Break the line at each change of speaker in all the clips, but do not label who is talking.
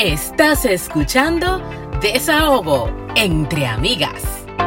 Estás escuchando Desahogo entre amigas.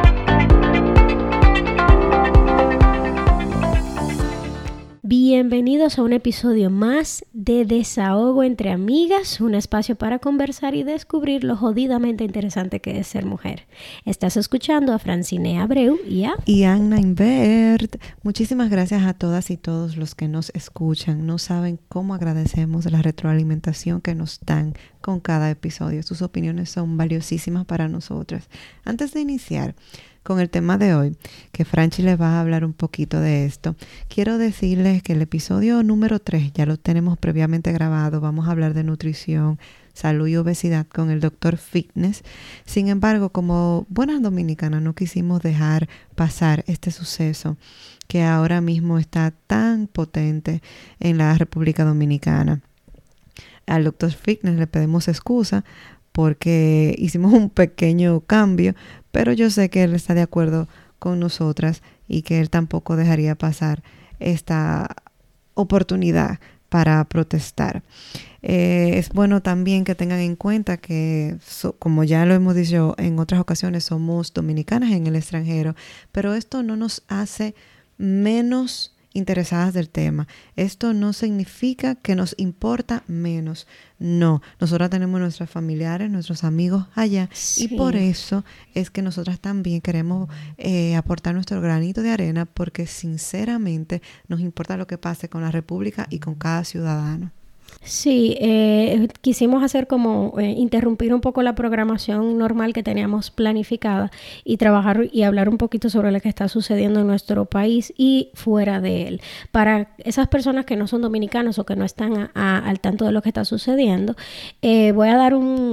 Bienvenidos a un episodio más de Desahogo entre amigas, un espacio para conversar y descubrir lo jodidamente interesante que es ser mujer. Estás escuchando a Francine Abreu y
Anna Invert. Muchísimas gracias a todas y todos los que nos escuchan. No saben cómo agradecemos la retroalimentación que nos dan con cada episodio. Sus opiniones son valiosísimas para nosotras. Antes de iniciar con el tema de hoy, que Franchi les va a hablar un poquito de esto, quiero decirles que el episodio número 3 ya lo tenemos previamente grabado. Vamos a hablar de nutrición, salud y obesidad con el Dr. Fitness. Sin embargo, como buenas dominicanas, no quisimos dejar pasar este suceso que ahora mismo está tan potente en la República Dominicana. Al Dr. Fitness le pedimos excusa porque hicimos un pequeño cambio, pero yo sé que él está de acuerdo con nosotras y que él tampoco dejaría pasar esta oportunidad para protestar. Es bueno también que tengan en cuenta que, como ya lo hemos dicho en otras ocasiones, somos dominicanas en el extranjero, pero esto no nos hace menos interesadas del tema. Esto no significa que nos importa menos. No, nosotras tenemos nuestros familiares, nuestros amigos allá, sí. Y por eso es que nosotras también queremos aportar nuestro granito de arena, porque sinceramente nos importa lo que pase con la República y con cada ciudadano.
Sí, quisimos hacer como interrumpir un poco la programación normal que teníamos planificada y trabajar y hablar un poquito sobre lo que está sucediendo en nuestro país y fuera de él. Para esas personas que no son dominicanos o que no están al tanto de lo que está sucediendo, voy a dar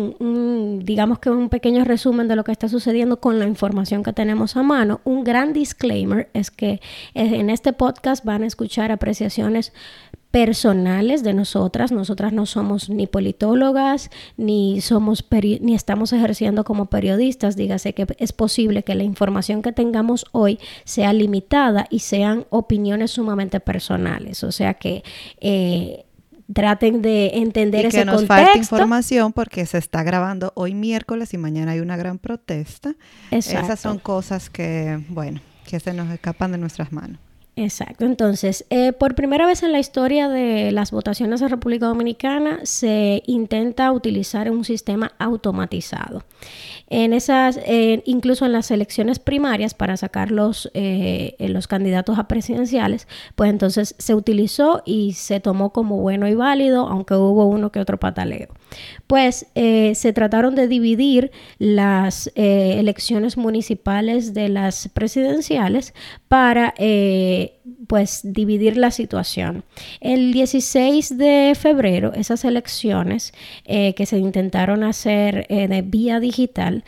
digamos que un pequeño resumen de lo que está sucediendo con la información que tenemos a mano. Un gran disclaimer es que en este podcast van a escuchar apreciaciones personales de nosotras. Nosotras no somos ni politólogas, ni estamos ejerciendo como periodistas. Dígase que es posible que la información que tengamos hoy sea limitada y sean opiniones sumamente personales. O sea que traten de entender ese contexto. Y que nos falta
información porque se está grabando hoy miércoles y mañana hay una gran protesta.
Exacto.
Esas son cosas que, que se nos escapan de nuestras manos.
Exacto. Entonces, por primera vez en la historia de las votaciones en República Dominicana se intenta utilizar un sistema automatizado. Incluso en las elecciones primarias para sacar los candidatos a presidenciales, pues entonces se utilizó y se tomó como bueno y válido, aunque hubo uno que otro pataleo. Pues se trataron de dividir las elecciones municipales de las presidenciales para pues dividir la situación. El 16 de febrero, esas elecciones que se intentaron hacer de vía digital,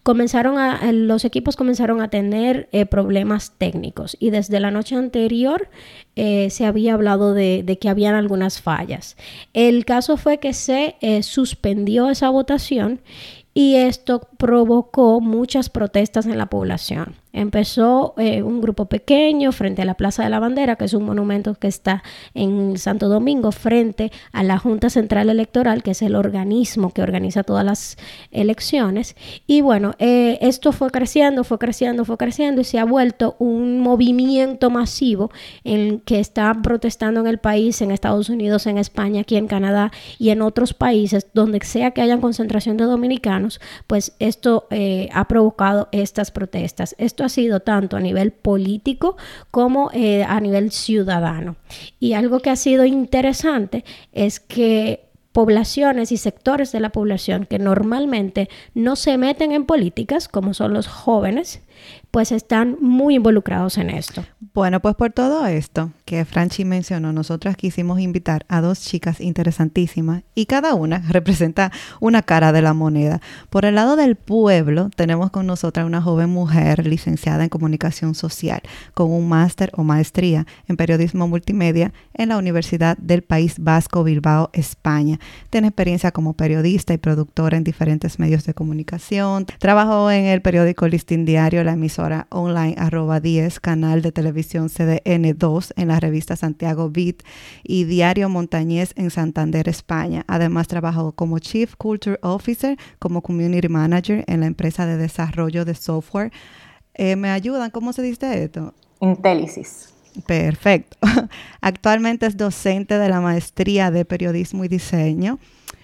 los equipos comenzaron a tener problemas técnicos y desde la noche anterior se había hablado de que habían algunas fallas. El caso fue que se suspendió esa votación y esto provocó muchas protestas en la población. Empezó un grupo pequeño frente a la Plaza de la Bandera, que es un monumento que está en Santo Domingo, frente a la Junta Central Electoral, que es el organismo que organiza todas las elecciones. Y bueno, esto fue creciendo y se ha vuelto un movimiento masivo en que están protestando en el país, en Estados Unidos, en España, aquí en Canadá y en otros países, donde sea que hayan concentración de dominicanos, pues esto ha provocado estas protestas. Esto ha sido tanto a nivel político como a nivel ciudadano. Y algo que ha sido interesante es que poblaciones y sectores de la población que normalmente no se meten en políticas, como son los jóvenes, pues están muy involucrados en esto.
Bueno, pues por todo esto que Franchi mencionó, nosotras quisimos invitar a dos chicas interesantísimas y cada una representa una cara de la moneda. Por el lado del pueblo, tenemos con nosotras una joven mujer licenciada en comunicación social con un máster o maestría en periodismo multimedia en la Universidad del País Vasco, Bilbao, España. Tiene experiencia como periodista y productora en diferentes medios de comunicación. Trabajó en el periódico Listín Diario, la emisora online @10, canal de televisión CDN2 en la revista Santiago Beat y Diario Montañés en Santander, España. Además, trabajó como Chief Culture Officer, como Community Manager en la empresa de desarrollo de software. ¿Me ayudan? ¿Cómo se dice esto?
Intellisis.
Perfecto. Actualmente es docente de la maestría de Periodismo y Diseño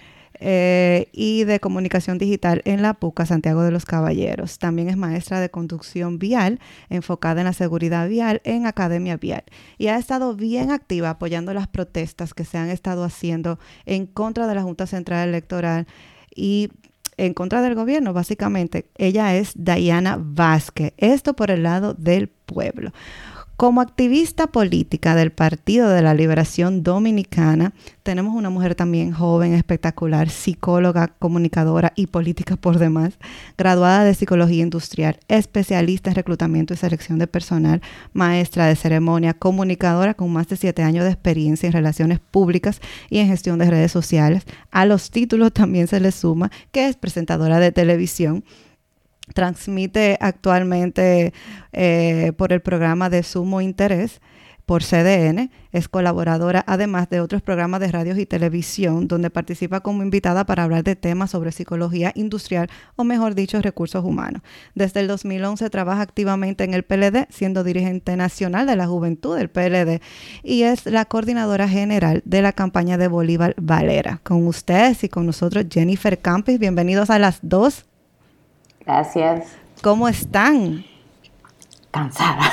y de Comunicación Digital en la PUCA Santiago de los Caballeros. También es maestra de Conducción Vial, enfocada en la seguridad vial en Academia Vial. Y ha estado bien activa apoyando las protestas que se han estado haciendo en contra de la Junta Central Electoral y en contra del gobierno, básicamente. Ella es Dayana Vázquez. Esto por el lado del pueblo. Como activista política del Partido de la Liberación Dominicana, tenemos una mujer también joven, espectacular, psicóloga, comunicadora y política por demás, graduada de Psicología Industrial, especialista en reclutamiento y selección de personal, maestra de ceremonia, comunicadora con más de 7 años de experiencia en relaciones públicas y en gestión de redes sociales. A los títulos también se le suma que es presentadora de televisión. Transmite actualmente por el programa de Sumo Interés por CDN. Es colaboradora además de otros programas de radio y televisión donde participa como invitada para hablar de temas sobre psicología industrial o mejor dicho recursos humanos. Desde el 2011 trabaja activamente en el PLD siendo dirigente nacional de la juventud del PLD y es la coordinadora general de la campaña de Bolívar Valera. Con ustedes y con nosotros Jennifer Campis. Bienvenidos a las dos.
Gracias.
¿Cómo están?
Cansada.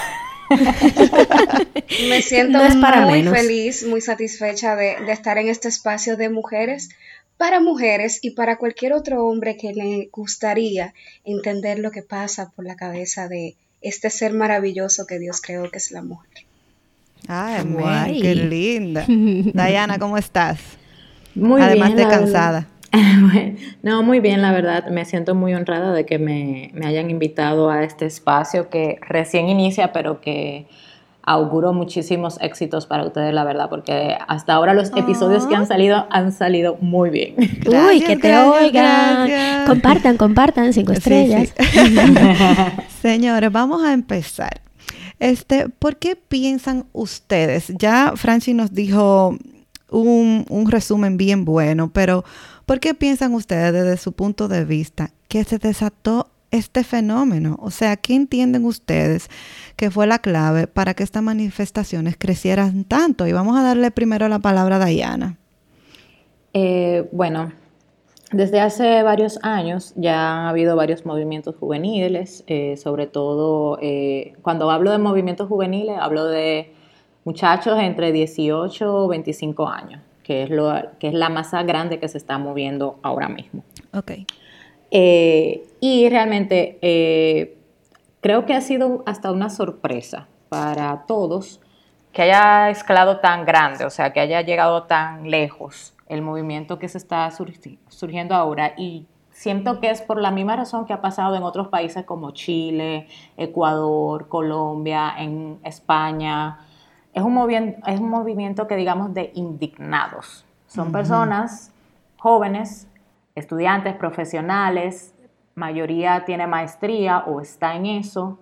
Me siento
No es para
muy
menos.
feliz, muy satisfecha de estar en este espacio de mujeres para mujeres y para cualquier otro hombre que le gustaría entender lo que pasa por la cabeza de este ser maravilloso que Dios creó, que es la mujer.
Ay,
Guay.
qué linda. Dayana, ¿cómo estás?
Muy
Además
bien,
de
la
cansada.
verdad. No, muy bien, la verdad. Me siento muy honrada de que me hayan invitado a este espacio que recién inicia, pero que auguro muchísimos éxitos para ustedes, la verdad, porque hasta ahora los episodios que han salido muy bien.
Uy, que te oigan.
Gracias.
Compartan 5 estrellas.
Sí. Señores, vamos a empezar. ¿Por qué piensan ustedes? Ya Franchi nos dijo un resumen bien bueno, pero ¿por qué piensan ustedes desde su punto de vista que se desató este fenómeno? O sea, ¿qué entienden ustedes que fue la clave para que estas manifestaciones crecieran tanto? Y vamos a darle primero la palabra a Dayana.
Bueno, desde hace varios años ya han habido varios movimientos juveniles, sobre todo cuando hablo de movimientos juveniles hablo de muchachos entre 18 y 25 años, que es la masa grande que se está moviendo ahora mismo.
Okay.
Y realmente creo que ha sido hasta una sorpresa para todos que haya escalado tan grande, o sea, que haya llegado tan lejos el movimiento que se está surgiendo ahora, y siento que es por la misma razón que ha pasado en otros países como Chile, Ecuador, Colombia, en España. Es un movimiento que digamos de indignados. Son personas jóvenes, estudiantes, profesionales, mayoría tiene maestría o está en eso,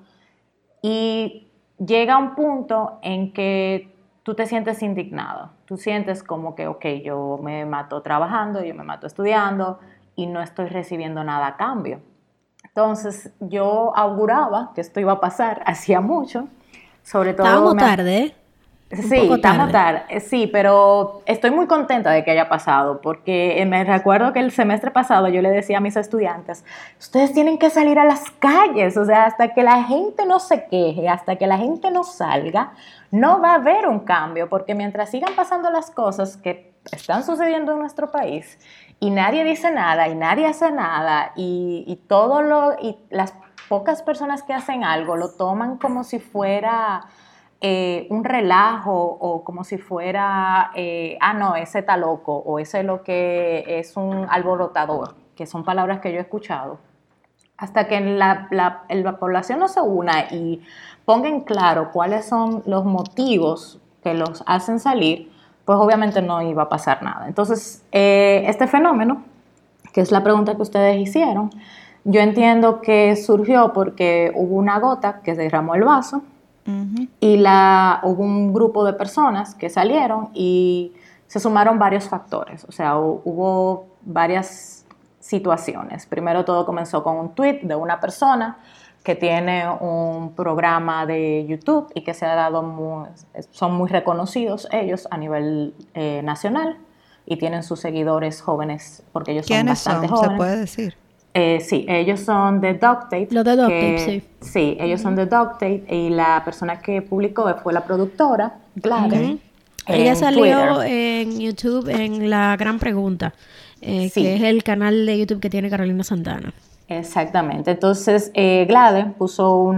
y llega un punto en que tú te sientes indignado. Tú sientes como que, ok, yo me mato trabajando, yo me mato estudiando y no estoy recibiendo nada a cambio. Entonces yo auguraba que esto iba a pasar hacía mucho, sobre todo...
Estábamos tarde, ¿eh?
Sí, estamos tarde. Sí, pero estoy muy contenta de que haya pasado, porque me recuerdo que el semestre pasado yo le decía a mis estudiantes, ustedes tienen que salir a las calles, o sea, hasta que la gente no se queje, hasta que la gente no salga, no va a haber un cambio, porque mientras sigan pasando las cosas que están sucediendo en nuestro país y nadie dice nada y nadie hace nada y las pocas personas que hacen algo lo toman como si fuera... un relajo o como si fuera, no, ese está loco o ese lo que es un alborotador, que son palabras que yo he escuchado. Hasta que la población no se una y ponga en claro cuáles son los motivos que los hacen salir, pues obviamente no iba a pasar nada. Entonces, este fenómeno, que es la pregunta que ustedes hicieron, Yo entiendo que surgió porque hubo una gota que se derramó el vaso y hubo un grupo de personas que salieron y se sumaron varios factores. O sea, hubo varias situaciones. Primero todo comenzó con un tweet de una persona que tiene un programa de YouTube y que se ha dado son muy reconocidos ellos a nivel nacional y tienen sus seguidores jóvenes porque ellos son bastante jóvenes.
¿Se puede decir?
Sí, ellos son de Duct Tape.
Los de Duct Tape, sí.
Sí, ellos son de Duct Tape y la persona que publicó fue la productora, Gladys.
Ella salió Twitter. En YouTube en La Gran Pregunta, sí, que es el canal de YouTube que tiene Carolina Santana.
Exactamente. Entonces, Gladys puso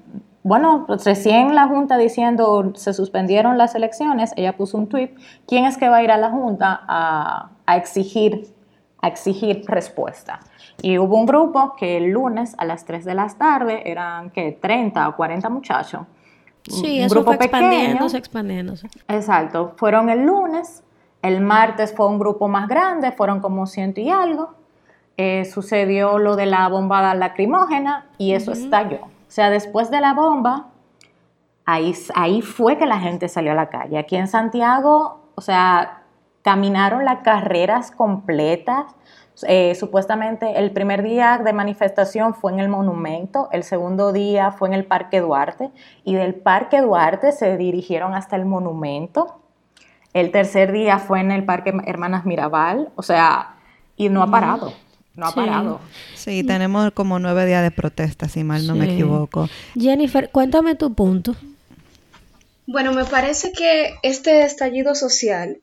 recién la Junta diciendo se suspendieron las elecciones, ella puso un tweet, ¿quién es que va a ir a la Junta a exigir respuesta? Y hubo un grupo que el lunes a las 3 de la tarde eran, 30 o 40 muchachos.
Sí, eso fue expandiéndose.
Exacto. Fueron el lunes, el martes fue un grupo más grande, fueron como 100 y algo. Sucedió lo de la bomba lacrimógena y eso estalló. O sea, después de la bomba, ahí fue que la gente salió a la calle. Aquí en Santiago, o sea, caminaron las carreras completas. Supuestamente el primer día de manifestación fue en el Monumento, el segundo día fue en el Parque Duarte y del Parque Duarte se dirigieron hasta el Monumento. El tercer día fue en el Parque Hermanas Mirabal, o sea, y no ha parado. No ha parado.
Sí, tenemos como 9 días de protesta, si mal no me equivoco.
Jennifer, cuéntame tu punto.
Bueno, me parece que este estallido social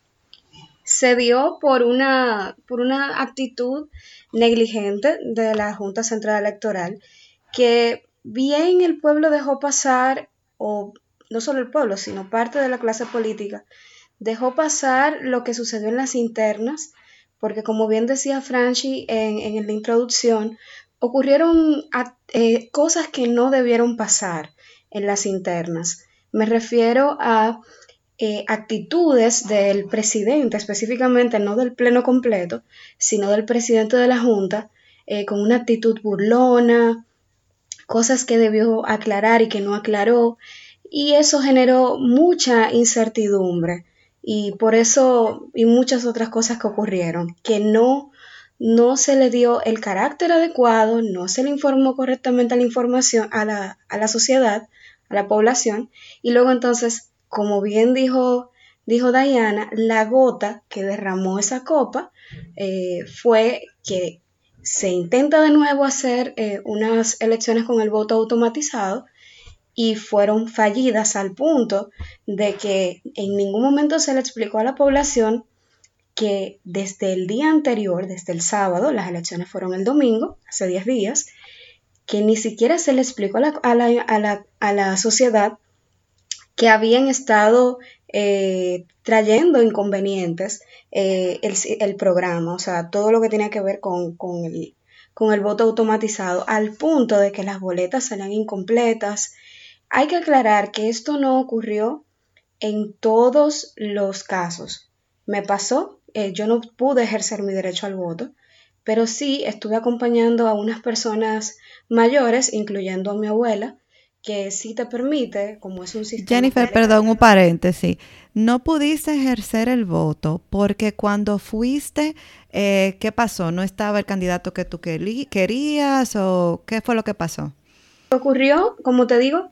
se dio por una actitud negligente de la Junta Central Electoral, que bien el pueblo dejó pasar, o no solo el pueblo, sino parte de la clase política, dejó pasar lo que sucedió en las internas, porque como bien decía Franchi en la introducción, ocurrieron cosas que no debieron pasar en las internas. Me refiero a actitudes del presidente, específicamente no del pleno completo, sino del presidente de la Junta, con una actitud burlona, cosas que debió aclarar y que no aclaró, y eso generó mucha incertidumbre. Y por eso, y muchas otras cosas que ocurrieron, que no se le dio el carácter adecuado, no se le informó correctamente la información a la sociedad, a la población, y luego entonces, como bien dijo Diana, la gota que derramó esa copa fue que se intenta de nuevo hacer unas elecciones con el voto automatizado, y fueron fallidas al punto de que en ningún momento se le explicó a la población que desde el día anterior, desde el sábado, las elecciones fueron el domingo, hace 10 días, que ni siquiera se le explicó a la sociedad que habían estado trayendo inconvenientes el programa, o sea, todo lo que tenía que ver con el voto automatizado, al punto de que las boletas salían incompletas. Hay que aclarar que esto no ocurrió en todos los casos. Me pasó, yo no pude ejercer mi derecho al voto, pero sí estuve acompañando a unas personas mayores, incluyendo a mi abuela, que sí te permite, como es un sistema...
Jennifer, perdón, un paréntesis. No pudiste ejercer el voto porque cuando fuiste, ¿qué pasó? ¿No estaba el candidato que tú querías o qué fue lo que pasó?
Ocurrió, como te digo,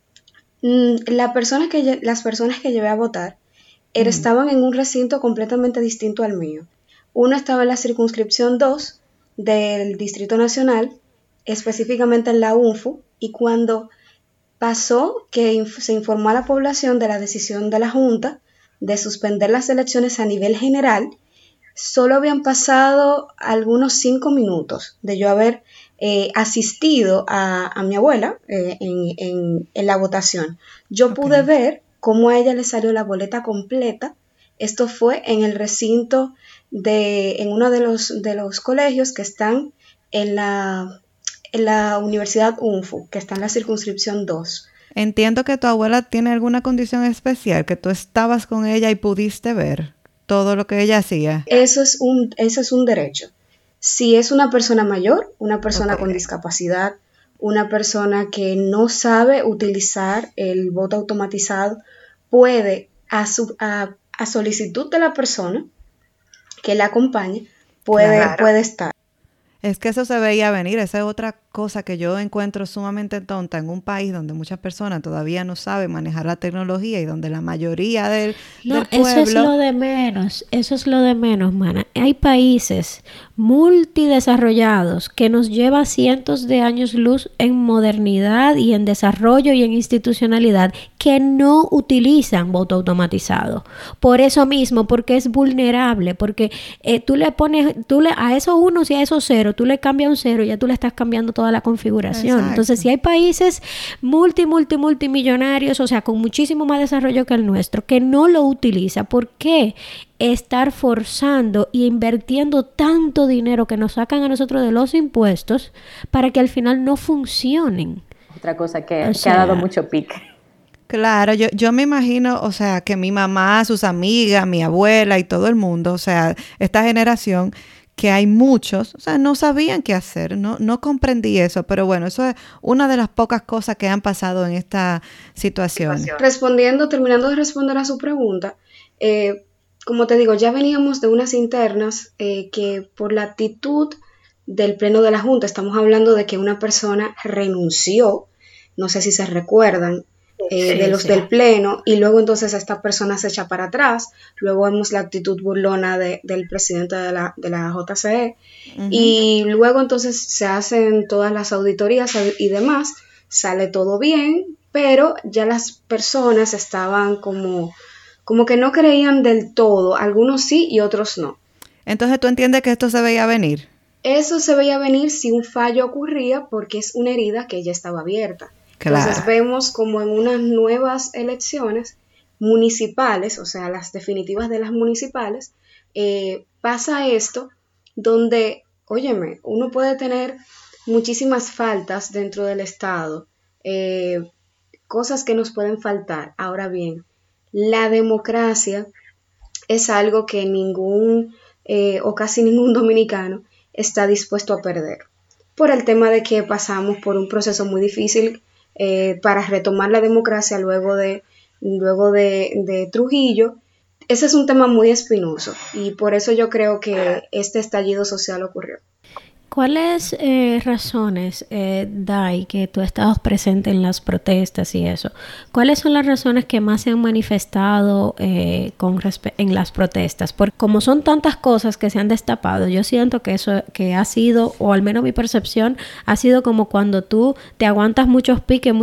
las personas que llevé a votar estaban en un recinto completamente distinto al mío. Uno estaba en la circunscripción 2 del Distrito Nacional, específicamente en la UNFU, y cuando pasó que se informó a la población de la decisión de la Junta de suspender las elecciones a nivel general, solo habían pasado algunos 5 minutos de yo haber asistido a mi abuela en la votación. Yo pude ver cómo a ella le salió la boleta completa. Esto fue en el recinto en uno de los colegios que están en la Universidad UNFU, que está en la circunscripción 2.
Entiendo que tu abuela tiene alguna condición especial, que tú estabas con ella y pudiste ver todo lo que ella hacía.
Eso es un derecho. si es una persona mayor, una persona con discapacidad, una persona que no sabe utilizar el voto automatizado, puede, a solicitud de la persona que la acompañe, puede estar.
Es que eso se veía venir. Esa es otra cosa que yo encuentro sumamente tonta en un país donde muchas personas todavía no saben manejar la tecnología y donde la mayoría del pueblo...
Eso es lo de menos, mana. Hay países multidesarrollados que nos lleva cientos de años luz en modernidad y en desarrollo y en institucionalidad que no utilizan voto automatizado. Por eso mismo, porque es vulnerable, porque tú le pones a esos unos y a esos ceros, tú le cambias un cero y ya tú le estás cambiando toda la configuración. Exacto. Entonces, si hay países multimillonarios, o sea, con muchísimo más desarrollo que el nuestro, que no lo utiliza, ¿por qué estar forzando y invirtiendo tanto dinero que nos sacan a nosotros de los impuestos para que al final no funcionen?
Otra cosa que ha dado mucho pique.
Claro, yo me imagino, o sea, que mi mamá, sus amigas, mi abuela y todo el mundo, o sea, esta generación, que hay muchos, o sea, no sabían qué hacer, no comprendí eso, pero bueno, eso es una de las pocas cosas que han pasado en esta situación.
Terminando de responder a su pregunta, como te digo, ya veníamos de unas internas que por la actitud del Pleno de la Junta, estamos hablando de que una persona renunció, no sé si se recuerdan, del Pleno, y luego entonces esta persona se echa para atrás. Luego vemos la actitud burlona del presidente de la JCE, y luego entonces se hacen todas las auditorías y demás, sale todo bien, pero ya las personas estaban como que no creían del todo, algunos sí y otros no.
Entonces, ¿tú entiendes que esto se veía venir?
Eso se veía venir si un fallo ocurría, porque es una herida que ya estaba abierta. Claro. Entonces vemos como en unas nuevas elecciones municipales, o sea, las definitivas de las municipales, pasa esto donde, óyeme, uno puede tener muchísimas faltas dentro del Estado, cosas que nos pueden faltar. Ahora bien, la democracia es algo que ningún o casi ningún dominicano está dispuesto a perder, por el tema de que pasamos por un proceso muy difícil para retomar la democracia luego de Trujillo. Ese es un tema muy espinoso y por eso yo creo que este estallido social ocurrió.
¿Cuáles razones, Dai, que tú has estado presente en las protestas y eso? ¿Cuáles son las razones que más se han manifestado en las protestas? Porque como son tantas cosas que se han destapado, yo siento que eso que ha sido, o al menos mi percepción, ha sido como cuando tú te aguantas muchos piques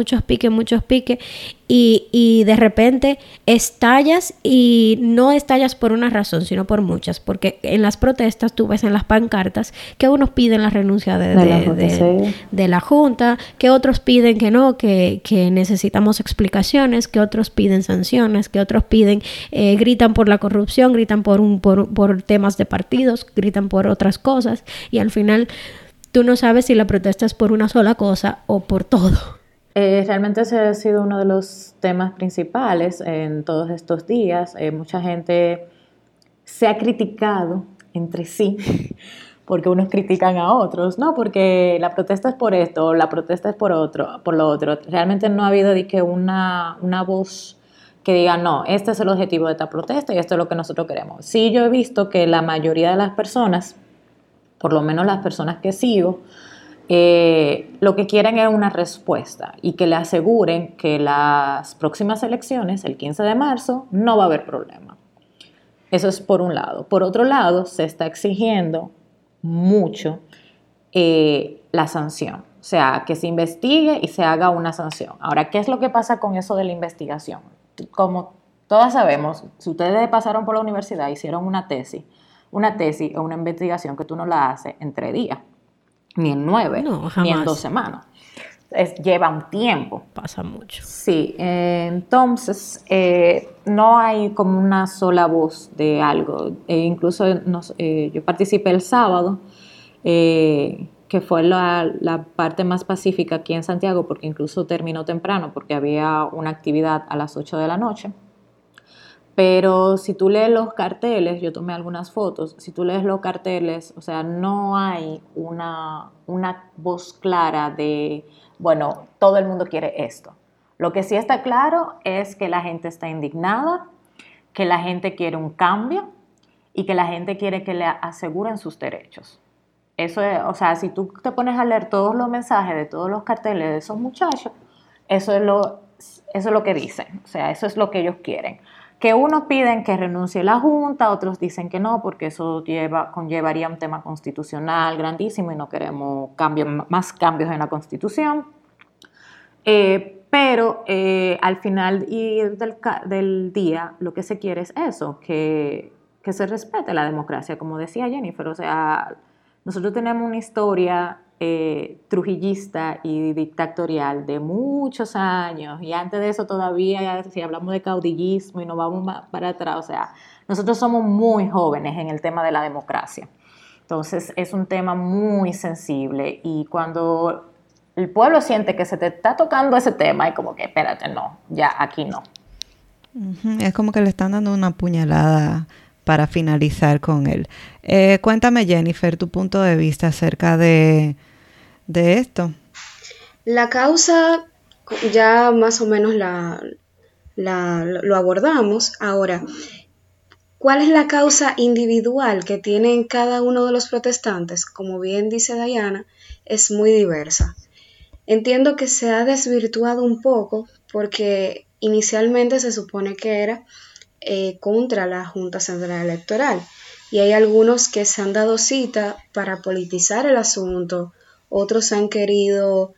y de repente estallas, y no estallas por una razón, sino por muchas, porque en las protestas tú ves en las pancartas que unos piden la renuncia de la Junta, que otros piden que no, que necesitamos explicaciones, que otros piden sanciones, que otros piden, gritan por la corrupción, gritan por temas de partidos, gritan por otras cosas, y al final tú no sabes si la protesta es por una sola cosa o por todo.
Realmente ese ha sido uno de los temas principales en todos estos días. Mucha gente se ha criticado entre sí porque unos critican a otros, no, porque la protesta es por esto, o la protesta es por lo otro. Realmente no ha habido de que una voz que diga, no, este es el objetivo de esta protesta y esto es lo que nosotros queremos. Sí, yo he visto que la mayoría de las personas, por lo menos las personas que sigo, lo que quieren es una respuesta y que le aseguren que las próximas elecciones, el 15 de marzo, no va a haber problema. Eso es por un lado. Por otro lado, se está exigiendo mucho la sanción, o sea, que se investigue y se haga una sanción. Ahora, ¿qué es lo que pasa con eso de la investigación? Como todas sabemos, si ustedes pasaron por la universidad, hicieron una tesis o una investigación que tú no la haces en 3 días, ni en 9, ni en 2 semanas. Lleva un tiempo.
Pasa mucho.
Sí, entonces no hay como una sola voz de algo. Incluso yo participé el sábado, que fue la parte más pacífica aquí en Santiago, porque incluso terminó temprano, porque había una actividad a las 8 de la noche. Pero si tú lees los carteles, yo tomé algunas fotos, si tú lees los carteles, o sea, no hay una voz clara de, bueno, todo el mundo quiere esto. Lo que sí está claro es que la gente está indignada, que la gente quiere un cambio y que la gente quiere que le aseguren sus derechos. Eso es, o sea, si tú te pones a leer todos los mensajes de todos los carteles de esos muchachos, eso es lo que dicen, o sea, eso es lo que ellos quieren. Que unos piden que renuncie la Junta, otros dicen que no, porque eso conllevaría un tema constitucional grandísimo y no queremos más cambios en la Constitución. Pero al final del día lo que se quiere es eso, que se respete la democracia, como decía Jennifer. O sea, nosotros tenemos una historia trujillista y dictatorial de muchos años, y antes de eso todavía, si hablamos de caudillismo y nos vamos para atrás, o sea, nosotros somos muy jóvenes en el tema de la democracia. Entonces es un tema muy sensible, y cuando el pueblo siente que se te está tocando ese tema, y como que espérate, no, ya aquí no.
Es como que le están dando una puñalada para finalizar con él. Cuéntame, Jennifer, tu punto de vista acerca de esto.
La causa ya más o menos lo abordamos. Ahora, ¿cuál es la causa individual que tienen cada uno de los protestantes? Como bien dice Diana, es muy diversa. Entiendo que se ha desvirtuado un poco porque inicialmente se supone que era contra la Junta Central Electoral, y hay algunos que se han dado cita para politizar el asunto, otros han querido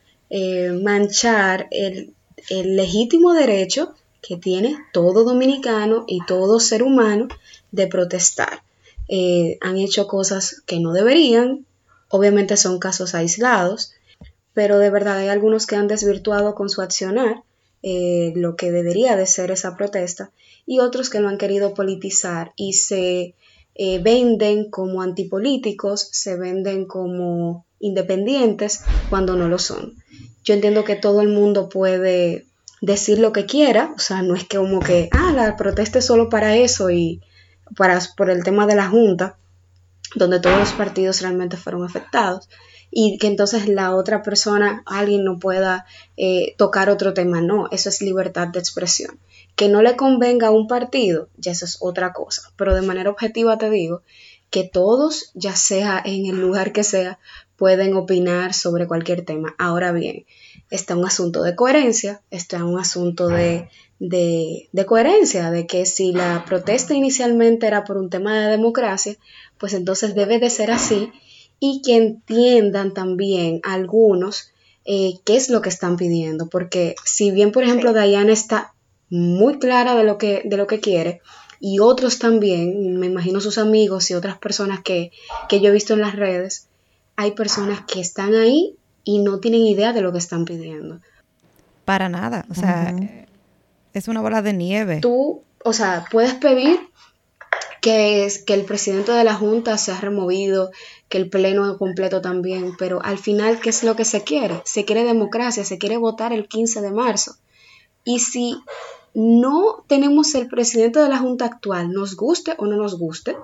manchar el legítimo derecho que tiene todo dominicano y todo ser humano de protestar. Han hecho cosas que no deberían, obviamente son casos aislados, pero de verdad hay algunos que han desvirtuado con su accionar lo que debería de ser esa protesta, y otros que lo han querido politizar y se venden como antipolíticos, se venden como independientes cuando no lo son. Yo entiendo que todo el mundo puede decir lo que quiera, o sea, no es que como que, la protesta es solo para eso y por el tema de la Junta, donde todos los partidos realmente fueron afectados, y que entonces la otra persona, alguien no pueda tocar otro tema. No, eso es libertad de expresión. Que no le convenga a un partido, ya eso es otra cosa, pero de manera objetiva te digo que todos, ya sea en el lugar que sea, pueden opinar sobre cualquier tema. Ahora bien, está un asunto de coherencia, está un asunto de coherencia, de que si la protesta inicialmente era por un tema de democracia, pues entonces debe de ser así, y que entiendan también algunos qué es lo que están pidiendo, porque si bien, por ejemplo, Diana está muy clara de lo que quiere, y otros también, me imagino sus amigos y otras personas que yo he visto en las redes, hay personas que están ahí y no tienen idea de lo que están pidiendo.
Para nada, o sea, es una bola de nieve.
Tú, o sea, puedes pedir que el presidente de la Junta sea removido, que el pleno completo también, pero al final, ¿qué es lo que se quiere? Se quiere democracia, se quiere votar el 15 de marzo. Y si no tenemos el presidente de la Junta actual, nos guste o no nos guste,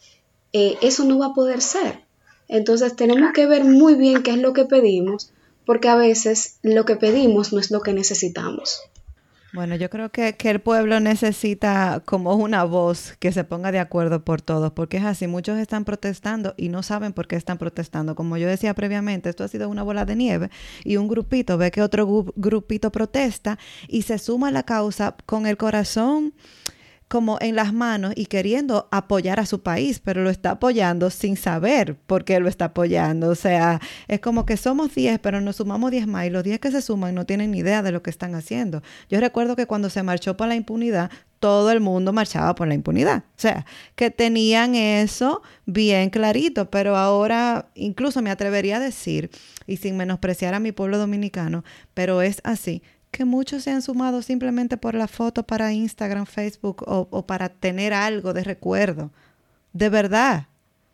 eso no va a poder ser. Entonces tenemos que ver muy bien qué es lo que pedimos, porque a veces lo que pedimos no es lo que necesitamos.
Bueno, yo creo que el pueblo necesita como una voz que se ponga de acuerdo por todos, porque es así, muchos están protestando y no saben por qué están protestando. Como yo decía previamente, esto ha sido una bola de nieve, y un grupito ve que otro grupito protesta y se suma a la causa con el corazón como en las manos y queriendo apoyar a su país, pero lo está apoyando sin saber por qué lo está apoyando. O sea, es como que somos 10, pero nos sumamos 10 más, y los 10 que se suman no tienen ni idea de lo que están haciendo. Yo recuerdo que cuando se marchó por la impunidad, todo el mundo marchaba por la impunidad. O sea, que tenían eso bien clarito, pero ahora incluso me atrevería a decir, y sin menospreciar a mi pueblo dominicano, pero es así, que muchos se han sumado simplemente por la foto para Instagram, Facebook o para tener algo de recuerdo. De verdad.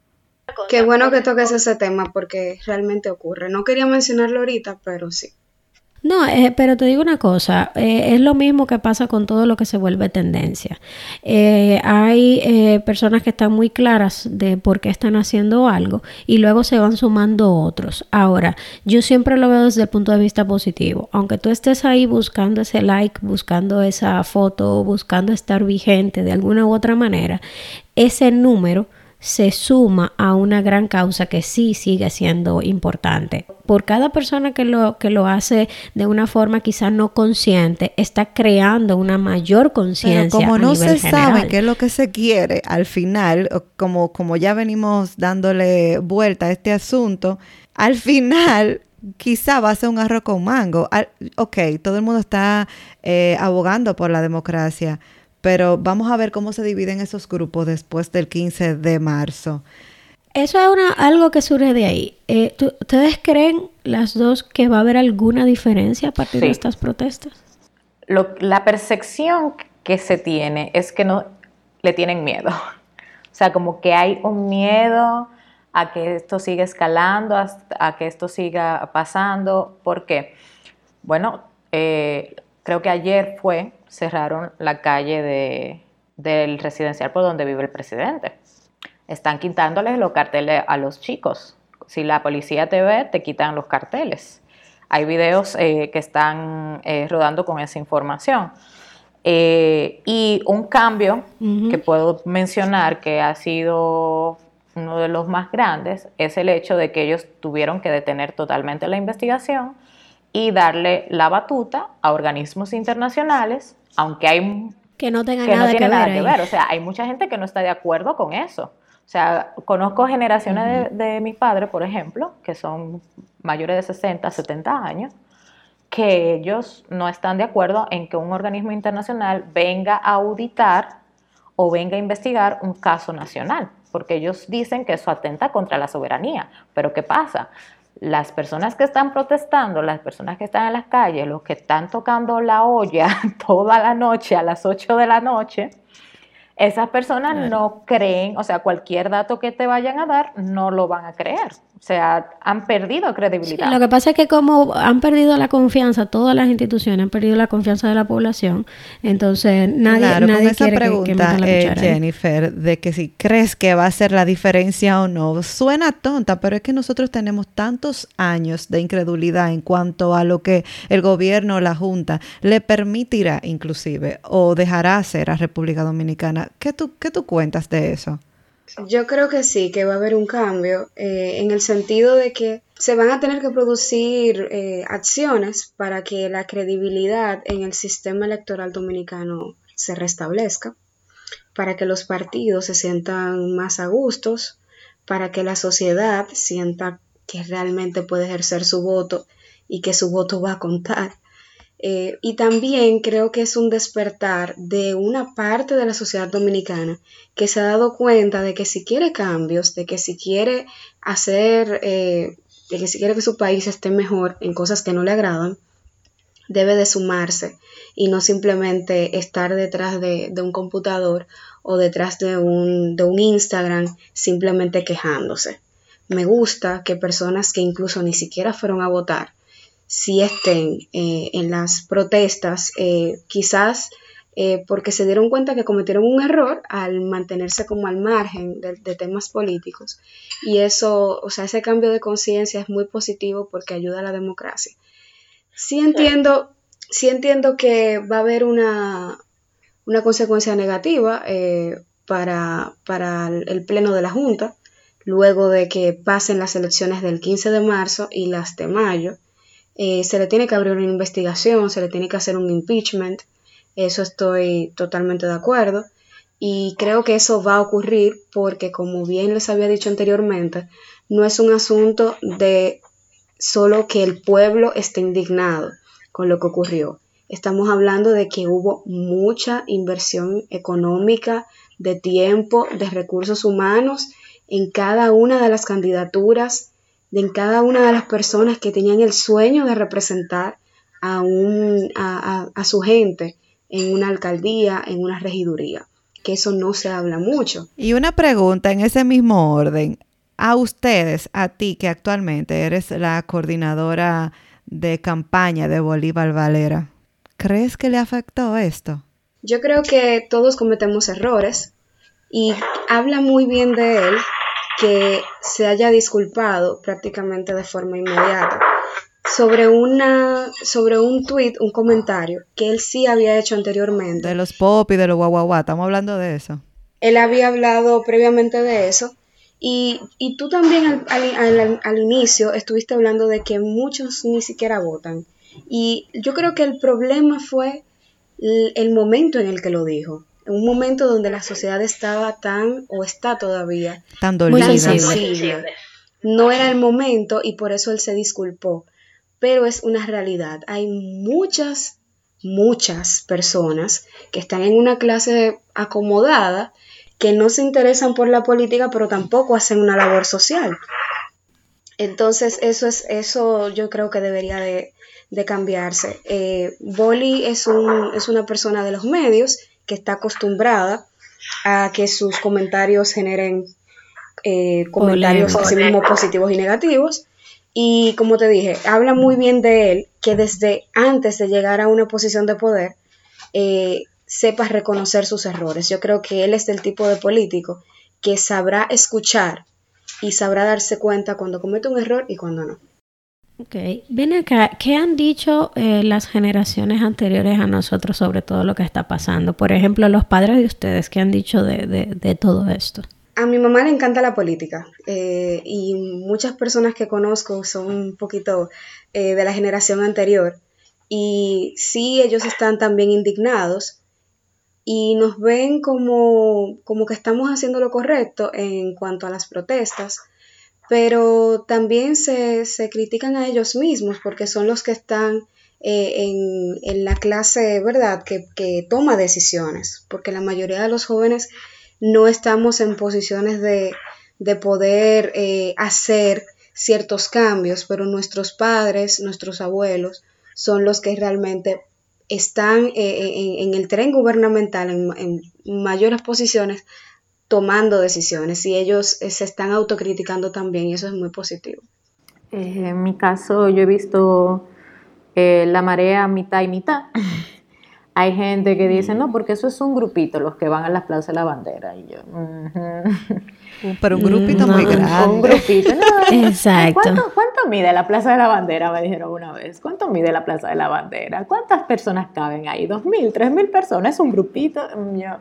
Qué bueno que toques ese tema porque realmente ocurre. No quería mencionarlo ahorita, pero sí.
No, pero te digo una cosa, es lo mismo que pasa con todo lo que se vuelve tendencia. Hay personas que están muy claras de por qué están haciendo algo y luego se van sumando otros. Ahora, yo siempre lo veo desde el punto de vista positivo. Aunque tú estés ahí buscando ese like, buscando esa foto, buscando estar vigente de alguna u otra manera, ese número se suma a una gran causa que sí sigue siendo importante. Por cada persona que lo hace de una forma quizás no consciente, está creando una mayor conciencia.
Pero como no se
general.
sabe qué es lo que se quiere, al final, como ya venimos dándole vuelta a este asunto, al final quizá va a ser un arroz con mango. Ok, todo el mundo está abogando por la democracia, pero vamos a ver cómo se dividen esos grupos después del 15 de marzo.
Eso es algo que surge de ahí. ¿Ustedes creen las dos que va a haber alguna diferencia a partir de estas protestas?
La percepción que se tiene es que no le tienen miedo. O sea, como que hay un miedo a que esto siga escalando, a que esto siga pasando. ¿Por qué? Bueno, creo que ayer cerraron la calle del residencial por donde vive el presidente. Están quitándoles los carteles a los chicos. Si la policía te ve, te quitan los carteles. Hay videos que están rodando con esa información. Y un cambio que puedo mencionar que ha sido uno de los más grandes es el hecho de que ellos tuvieron que detener totalmente la investigación y darle la batuta a organismos internacionales, aunque hay
que no tiene
nada
que
ver. O sea, hay mucha gente que no está de acuerdo con eso. O sea, conozco generaciones de mis padres, por ejemplo, que son mayores de 60, 70 años, que ellos no están de acuerdo en que un organismo internacional venga a auditar o venga a investigar un caso nacional, porque ellos dicen que eso atenta contra la soberanía. Pero ¿qué pasa? Las personas que están protestando, las personas que están en las calles, los que están tocando la olla toda la noche a las 8 de la noche, esas personas no creen, o sea, cualquier dato que te vayan a dar, no lo van a creer. O sea, han perdido credibilidad.
Sí, lo que pasa es que como han perdido la confianza, todas las instituciones han perdido la confianza de la población, entonces nadie
con esa
quiere
pregunta,
que meta la cuchara
Jennifer, de que si crees que va a ser la diferencia o no, suena tonta, pero es que nosotros tenemos tantos años de incredulidad en cuanto a lo que el gobierno o la Junta le permitirá inclusive o dejará hacer a República Dominicana. ¿Qué tú cuentas de eso?
Yo creo que sí, que va a haber un cambio en el sentido de que se van a tener que producir acciones para que la credibilidad en el sistema electoral dominicano se restablezca, para que los partidos se sientan más a gustos, para que la sociedad sienta que realmente puede ejercer su voto y que su voto va a contar. Y también creo que es un despertar de una parte de la sociedad dominicana que se ha dado cuenta de que si quiere cambios, de que si quiere hacer, de que si quiere que su país esté mejor en cosas que no le agradan, debe de sumarse y no simplemente estar detrás de un computador o detrás de un Instagram simplemente quejándose. Me gusta que personas que incluso ni siquiera fueron a votar si estén en las protestas, quizás porque se dieron cuenta que cometieron un error al mantenerse como al margen de temas políticos. Y eso, o sea, ese cambio de conciencia es muy positivo porque ayuda a la democracia. Sí entiendo que va a haber una consecuencia negativa para el pleno de la Junta, luego de que pasen las elecciones del 15 de marzo y las de mayo. Se le tiene que abrir una investigación, se le tiene que hacer un impeachment, eso estoy totalmente de acuerdo y creo que eso va a ocurrir porque, como bien les había dicho anteriormente, no es un asunto de solo que el pueblo esté indignado con lo que ocurrió. Estamos hablando de que hubo mucha inversión económica, de tiempo, de recursos humanos en cada una de las candidaturas, en cada una de las personas que tenían el sueño de representar a su gente en una alcaldía, en una regiduría, que eso no se habla mucho.
Y una pregunta en ese mismo orden, a ustedes, a ti que actualmente eres la coordinadora de campaña de Bolívar Valera. ¿Crees que le afectó esto?
Yo creo que todos cometemos errores y habla muy bien de él que se haya disculpado prácticamente de forma inmediata sobre un tuit, un comentario que él sí había hecho anteriormente.
De los pop y de los guaguaguá, estamos hablando de eso.
Él había hablado previamente de eso y tú también al inicio estuviste hablando de que muchos ni siquiera votan. Y yo creo que el problema fue el momento en el que lo dijo. Un momento donde la sociedad estaba está todavía
tan dolida,
muy
sensible. No era el momento y por eso él se disculpó. Pero es una realidad. Hay muchas personas que están en una clase acomodada que no se interesan por la política, pero tampoco hacen una labor social. Entonces, eso yo creo que debería de cambiarse. Boli es una persona de los medios que está acostumbrada a que sus comentarios generen comentarios así mismo positivos y negativos. Y como te dije, habla muy bien de él, que desde antes de llegar a una posición de poder, sepa reconocer sus errores. Yo creo que él es del tipo de político que sabrá escuchar y sabrá darse cuenta cuando comete un error y cuando no.
Ok, ven acá, ¿qué han dicho las generaciones anteriores a nosotros sobre todo lo que está pasando? Por ejemplo, los padres de ustedes, ¿qué han dicho de todo esto?
A mi mamá le encanta la política y muchas personas que conozco son un poquito de la generación anterior y sí, ellos están también indignados y nos ven como que estamos haciendo lo correcto en cuanto a las protestas, pero también se critican a ellos mismos porque son los que están en la clase, ¿verdad?, que toma decisiones, porque la mayoría de los jóvenes no estamos en posiciones de poder hacer ciertos cambios, pero nuestros padres, nuestros abuelos, son los que realmente están en el tren gubernamental, en mayores posiciones, tomando decisiones, y ellos se están autocriticando también, y eso es muy positivo.
En mi caso, yo he visto la marea mitad y mitad. Hay gente que dice, no, porque eso es un grupito, los que van a la Plaza de la Bandera. Y yo,
pero un grupito muy grande.
Un grupito, no.
Exacto.
¿Cuánto mide la Plaza de la Bandera? Me dijeron una vez. ¿Cuánto mide la Plaza de la Bandera? ¿Cuántas personas caben ahí? 2,000, 3,000 personas. ¿Es un grupito? Yo,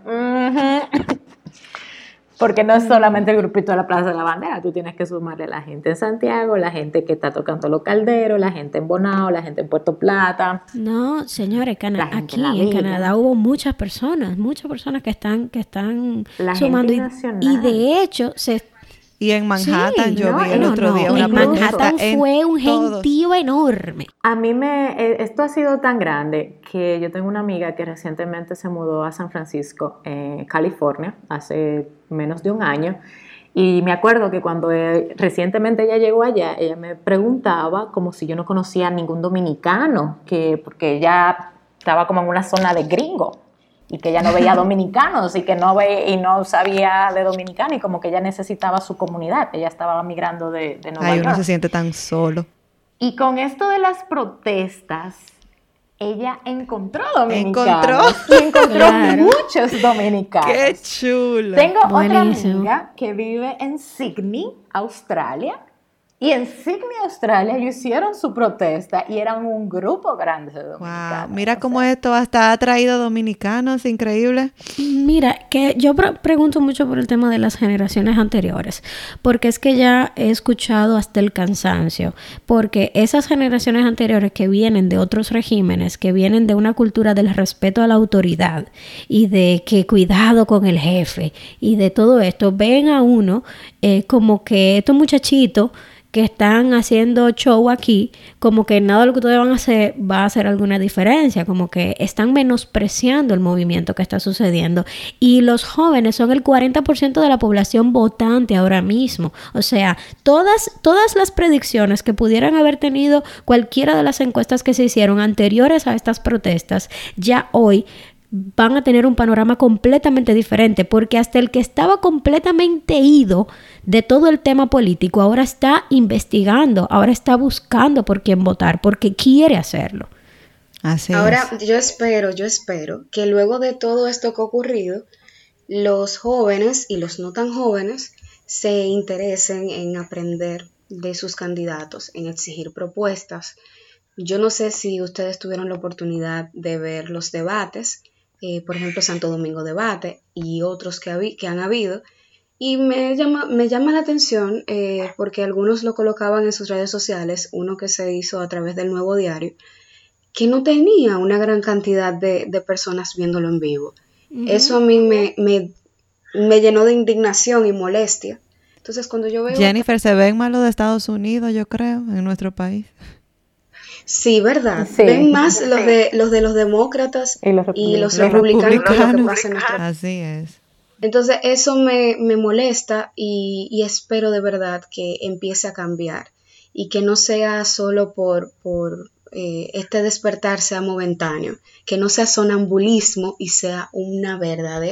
Porque no es solamente el grupito de la Plaza de la Bandera, tú tienes que sumarle la gente en Santiago, la gente que está tocando los calderos, la gente en Bonao, la gente en Puerto Plata.
No, señores, aquí en Canadá hubo muchas personas que están
la
sumando
y
de hecho
y en Manhattan
sí,
yo vi el otro día una
en
protesta.
Manhattan fue un gentío enorme.
A mí esto ha sido tan grande que yo tengo una amiga que recientemente se mudó a San Francisco, California, hace menos de un año, y me acuerdo que cuando recientemente ella llegó allá, ella me preguntaba como si yo no conocía a ningún dominicano, porque ella estaba como en una zona de gringo, y que ella no veía dominicanos y no sabía de dominicanos y como que ella necesitaba su comunidad. Ella estaba migrando de Nueva York.
Uno se siente tan solo.
Y con esto de las protestas, ella encontró dominicanos. Encontró muchos dominicanos.
¡Qué chulo!
Tengo otra amiga que vive en Sydney, Australia. Y en Sydney, Australia, ellos hicieron su protesta y eran un grupo grande de dominicanos.
Wow, mira cómo esto hasta ha traído dominicanos, increíble.
Mira, que yo pregunto mucho por el tema de las generaciones anteriores, porque es que ya he escuchado hasta el cansancio, porque esas generaciones anteriores que vienen de otros regímenes, que vienen de una cultura del respeto a la autoridad y de que cuidado con el jefe y de todo esto, ven a uno como que estos muchachitos que están haciendo show aquí, como que nada de lo que ustedes van a hacer va a hacer alguna diferencia, como que están menospreciando el movimiento que está sucediendo. Y los jóvenes son el 40% de la población votante ahora mismo. O sea, todas las predicciones que pudieran haber tenido cualquiera de las encuestas que se hicieron anteriores a estas protestas, ya hoy van a tener un panorama completamente diferente, porque hasta el que estaba completamente ido de todo el tema político ahora está investigando, ahora está buscando por quién votar, porque quiere hacerlo.
Así
Ahora,
es.
yo espero que luego de todo esto que ha ocurrido, los jóvenes y los no tan jóvenes se interesen en aprender de sus candidatos, en exigir propuestas. Yo no sé si ustedes tuvieron la oportunidad de ver los debates, por ejemplo, Santo Domingo Debate y otros que han habido, y me llama la atención porque algunos lo colocaban en sus redes sociales, uno que se hizo a través del Nuevo Diario, que no tenía una gran cantidad de personas viéndolo en vivo. Eso a mí me llenó de indignación y molestia. Entonces, cuando yo veo...
Jennifer, se ven más los de Estados Unidos, yo creo, en nuestro país.
Sí, ¿verdad?
Sí.
Ven más los de los demócratas y los republicanos que lo que pasa en nuestro país.
Así es.
Entonces, eso me molesta y espero de verdad que empiece a cambiar y que no sea solo por este despertar sea momentáneo, que no sea sonambulismo y sea una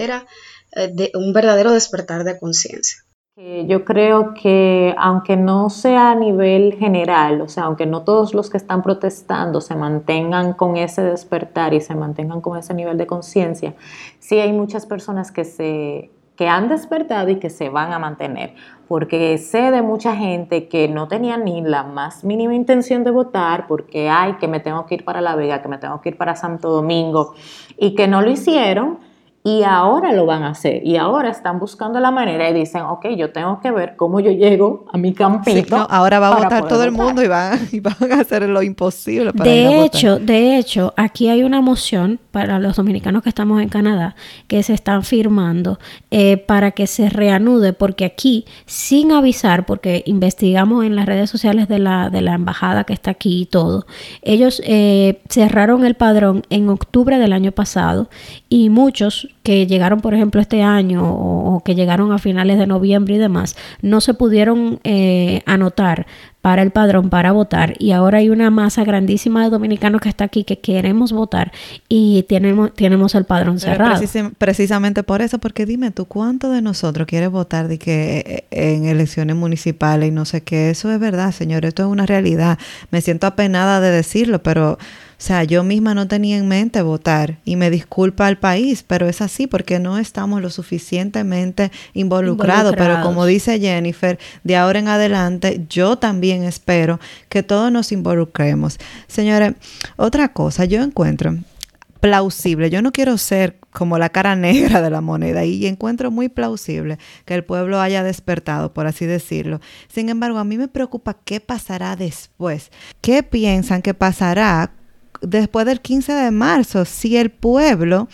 un verdadero despertar de conciencia.
Yo creo que aunque no sea a nivel general, o sea, aunque no todos los que están protestando se mantengan con ese despertar y se mantengan con ese nivel de conciencia, sí hay muchas personas que han despertado y que se van a mantener, porque sé de mucha gente que no tenía ni la más mínima intención de votar porque que me tengo que ir para La Vega, que me tengo que ir para Santo Domingo, y que no lo hicieron. Y ahora lo van a hacer, y ahora están buscando la manera y dicen, ok, yo tengo que ver cómo yo llego a mi campito.
Sí, no, ahora va a
para
votar
poder
todo el
votar.
mundo y van a hacer lo imposible para ir a votar.
De hecho, aquí hay una moción para los dominicanos que estamos en Canadá que se están firmando para que se reanude, porque aquí, sin avisar, porque investigamos en las redes sociales de la embajada que está aquí y todo, ellos cerraron el padrón en octubre del año pasado, y muchos que llegaron, por ejemplo, este año o que llegaron a finales de noviembre y demás, no se pudieron anotar para el padrón para votar, y ahora hay una masa grandísima de dominicanos que está aquí que queremos votar y tenemos el padrón cerrado.
Precisamente por eso, porque dime tú, ¿cuánto de nosotros quiere votar de que en elecciones municipales y no sé qué? Eso es verdad, señor, esto es una realidad. Me siento apenada de decirlo, pero... O sea, yo misma no tenía en mente votar, y me disculpa al país, pero es así porque no estamos lo suficientemente involucrados. Pero como dice Jennifer, de ahora en adelante yo también espero que todos nos involucremos. Señores, otra cosa, yo encuentro plausible, yo no quiero ser como la cara negra de la moneda, y encuentro muy plausible que el pueblo haya despertado, por así decirlo. Sin embargo, a mí me preocupa qué pasará después. ¿Qué piensan que pasará después del 15 de marzo si el pueblo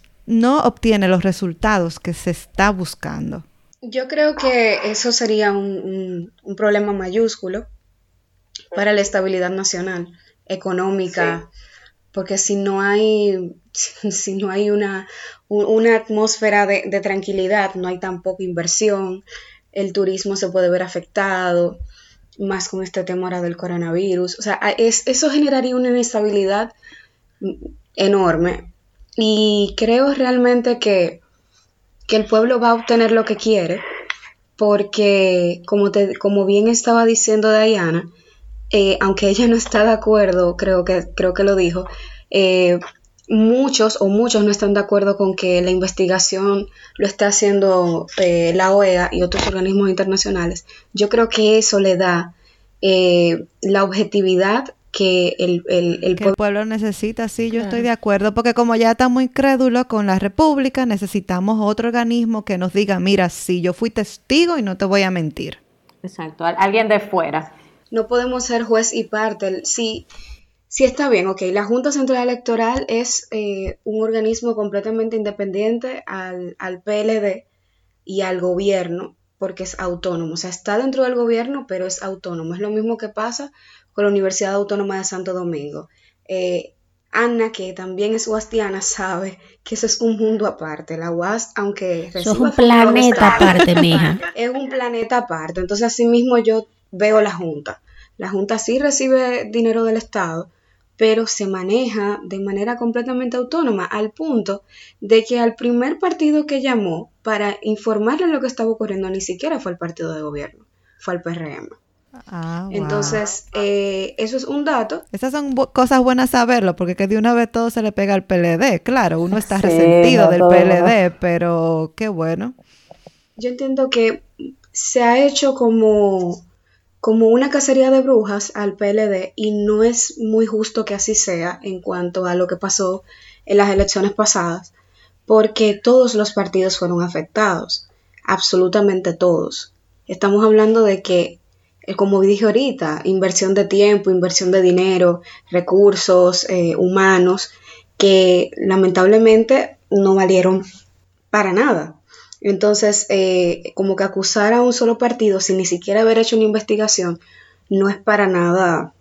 no obtiene los resultados que se está buscando?
Yo creo que eso sería un problema mayúsculo para la estabilidad nacional, económica, porque si no hay una atmósfera de tranquilidad, no hay tampoco inversión, el turismo se puede ver afectado, más con este tema ahora del coronavirus. O sea, eso generaría una inestabilidad enorme, y creo realmente que el pueblo va a obtener lo que quiere, porque como bien estaba diciendo Diana, aunque ella no está de acuerdo, creo que lo dijo, muchos no están de acuerdo con que la investigación lo está haciendo la OEA y otros organismos internacionales. Yo creo que eso le da la objetividad que el
pueblo necesita. Sí, yo estoy de acuerdo, porque como ya está muy incrédulo con la República, necesitamos otro organismo que nos diga, mira, sí, yo fui testigo y no te voy a mentir.
Exacto, alguien de fuera.
No podemos ser juez y parte. Sí está bien, ok, la Junta Central Electoral es un organismo completamente independiente al PLD y al gobierno, porque es autónomo, o sea, está dentro del gobierno, pero es autónomo. Es lo mismo que pasa con la Universidad Autónoma de Santo Domingo. Ana, que también es huastiana, sabe que eso es un mundo aparte. La UAS, aunque
eso es un planeta aparte, mija.
Es un planeta aparte. Entonces, así mismo yo veo la Junta. La Junta sí recibe dinero del Estado, pero se maneja de manera completamente autónoma, al punto de que al primer partido que llamó para informarle lo que estaba ocurriendo ni siquiera fue el partido de gobierno, fue el PRM.
Wow.
Entonces, eso es un dato.
Esas son cosas buenas saberlo, porque que de una vez todo se le pega al PLD. Claro, uno está resentido del PLD, pero qué bueno.
Yo entiendo que se ha hecho como una cacería de brujas al PLD y no es muy justo que así sea en cuanto a lo que pasó en las elecciones pasadas, porque todos los partidos fueron afectados, absolutamente todos. Estamos hablando de que, como dije ahorita, inversión de tiempo, inversión de dinero, recursos humanos, que lamentablemente no valieron para nada. Entonces, como que acusar a un solo partido sin ni siquiera haber hecho una investigación no es para nada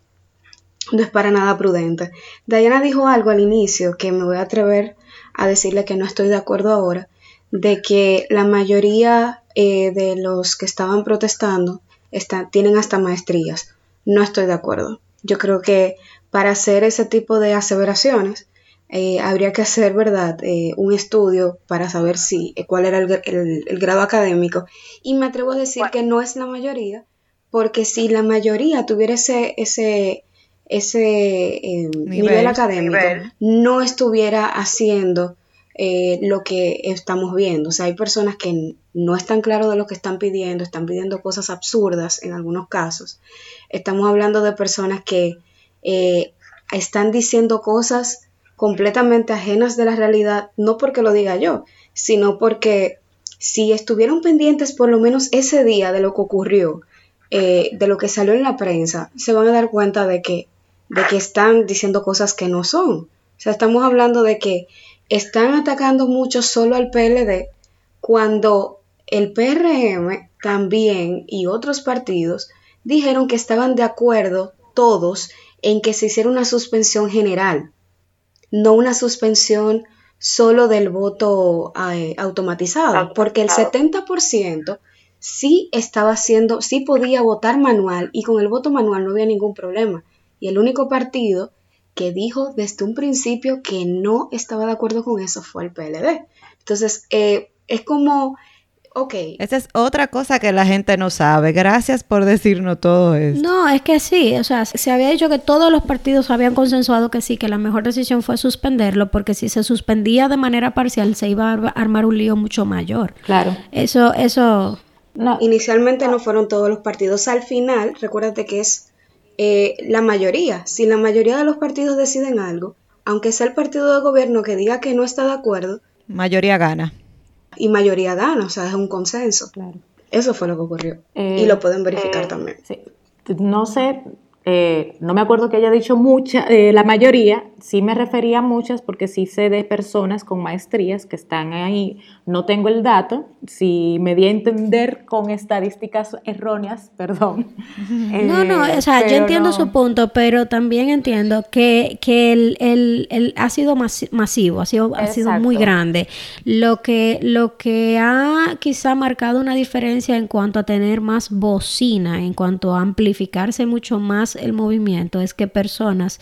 prudente. Diana dijo algo al inicio que me voy a atrever a decirle que no estoy de acuerdo ahora, de que la mayoría de los que estaban protestando tienen hasta maestrías. No estoy de acuerdo. Yo creo que para hacer ese tipo de aseveraciones habría que hacer, ¿verdad?, un estudio para saber cuál era el grado académico. Y me atrevo a decir que no es la mayoría, porque si la mayoría tuviera ese nivel académico, no estuviera haciendo lo que estamos viendo. O sea, hay personas que no están claros de lo que están pidiendo cosas absurdas en algunos casos. Estamos hablando de personas que están diciendo cosas completamente ajenas de la realidad, no porque lo diga yo, sino porque si estuvieron pendientes por lo menos ese día de lo que ocurrió, de lo que salió en la prensa, se van a dar cuenta de que están diciendo cosas que no son. O sea, estamos hablando de que están atacando mucho solo al PLD, cuando el PRM también y otros partidos dijeron que estaban de acuerdo todos en que se hiciera una suspensión general, no una suspensión solo del voto automatizado, porque el 70% sí podía votar manual, y con el voto manual no había ningún problema. Y el único partido que dijo desde un principio que no estaba de acuerdo con eso fue el PLD. Entonces, es como, ok.
Esa es otra cosa que la gente no sabe. Gracias por decirnos todo esto.
No, es que sí, o sea, se había dicho que todos los partidos habían consensuado que sí, que la mejor decisión fue suspenderlo, porque si se suspendía de manera parcial se iba a armar un lío mucho mayor.
Claro.
Eso.
No. Inicialmente no fueron todos los partidos. Al final, recuérdate que es la mayoría. Si la mayoría de los partidos deciden algo, aunque sea el partido de gobierno que diga que no está de acuerdo,
mayoría gana.
Y mayoría gana, o sea, es un consenso.
Claro.
Eso fue lo que ocurrió. Y lo pueden verificar también.
Sí. No sé, no me acuerdo que haya dicho la mayoría, sí me refería a muchas, porque sí sé de personas con maestrías que están ahí. No tengo el dato, si me di a entender con estadísticas erróneas, perdón.
No, o sea, yo entiendo su punto, pero también entiendo que el ha sido masivo, ha sido muy grande. Lo que ha quizá marcado una diferencia en cuanto a tener más bocina, en cuanto a amplificarse mucho más el movimiento, es que personas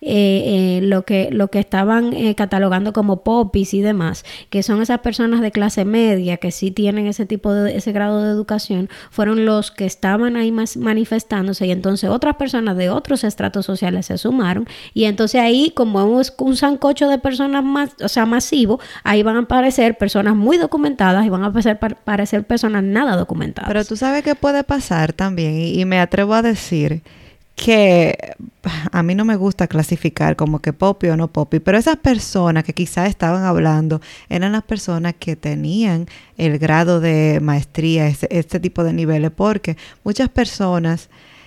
lo que estaban catalogando como popis y demás, que son esas personas de clase media que sí tienen ese grado de educación, fueron los que estaban ahí más manifestándose, y entonces otras personas de otros estratos sociales se sumaron, y entonces ahí, como es un sancocho de personas masivo, ahí van a aparecer personas muy documentadas y van a aparecer personas nada documentadas.
Pero tú sabes qué puede pasar también, y me atrevo a decir que a mí no me gusta clasificar como que popi o no popi, pero esas personas que quizás estaban hablando eran las personas que tenían el grado de maestría, este tipo de niveles, porque muchas personas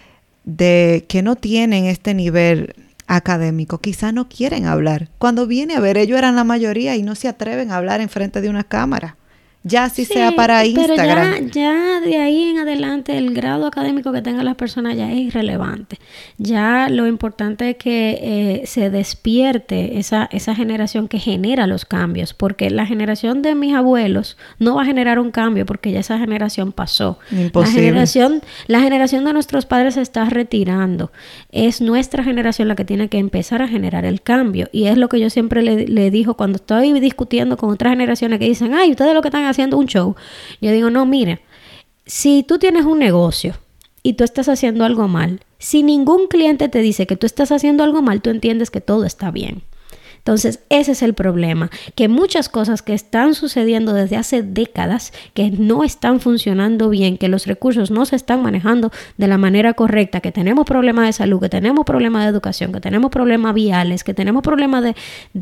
que no tienen este nivel académico quizás no quieren hablar. Cuando viene a ver, ellos eran la mayoría y no se atreven a hablar en frente de una cámara. ya si sea para Instagram.
Pero ya de ahí en adelante el grado académico que tengan las personas ya es irrelevante. Ya lo importante es que se despierte esa generación que genera los cambios, porque la generación de mis abuelos no va a generar un cambio porque ya esa generación pasó.
Imposible.
La generación de nuestros padres se está retirando. Es nuestra generación la que tiene que empezar a generar el cambio, y es lo que yo siempre le digo cuando estoy discutiendo con otras generaciones que dicen, ay, ustedes lo que están haciendo un show. Yo digo, no, mira, si tú tienes un negocio y tú estás haciendo algo mal, si ningún cliente te dice que tú estás haciendo algo mal, tú entiendes que todo está bien. Entonces, ese es el problema, que muchas cosas que están sucediendo desde hace décadas, que no están funcionando bien, que los recursos no se están manejando de la manera correcta, que tenemos problemas de salud, que tenemos problemas de educación, que tenemos problemas viales, que tenemos problemas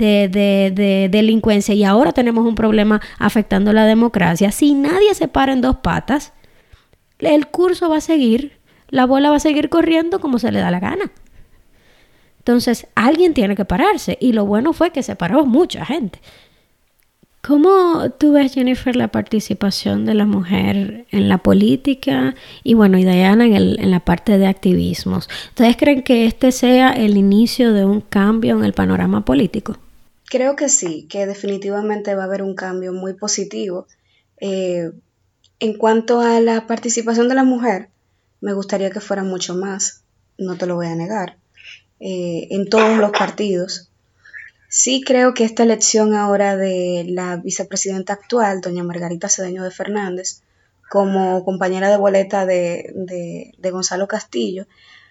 de delincuencia, y ahora tenemos un problema afectando la democracia. Si nadie se para en dos patas, el curso va a seguir, la bola va a seguir corriendo como se le da la gana. Entonces, alguien tiene que pararse, y lo bueno fue que se paró mucha gente. ¿Cómo tú ves, Jennifer, la participación de la mujer en la política y Diana en la parte de activismos? ¿Ustedes creen que este sea el inicio de un cambio en el panorama político?
Creo que sí, que definitivamente va a haber un cambio muy positivo. En cuanto a la participación de la mujer, me gustaría que fuera mucho más, no te lo voy a negar. En todos los partidos. Sí creo que esta elección ahora de la vicepresidenta actual, doña Margarita Cedeño de Fernández, como compañera de boleta de Gonzalo Castillo,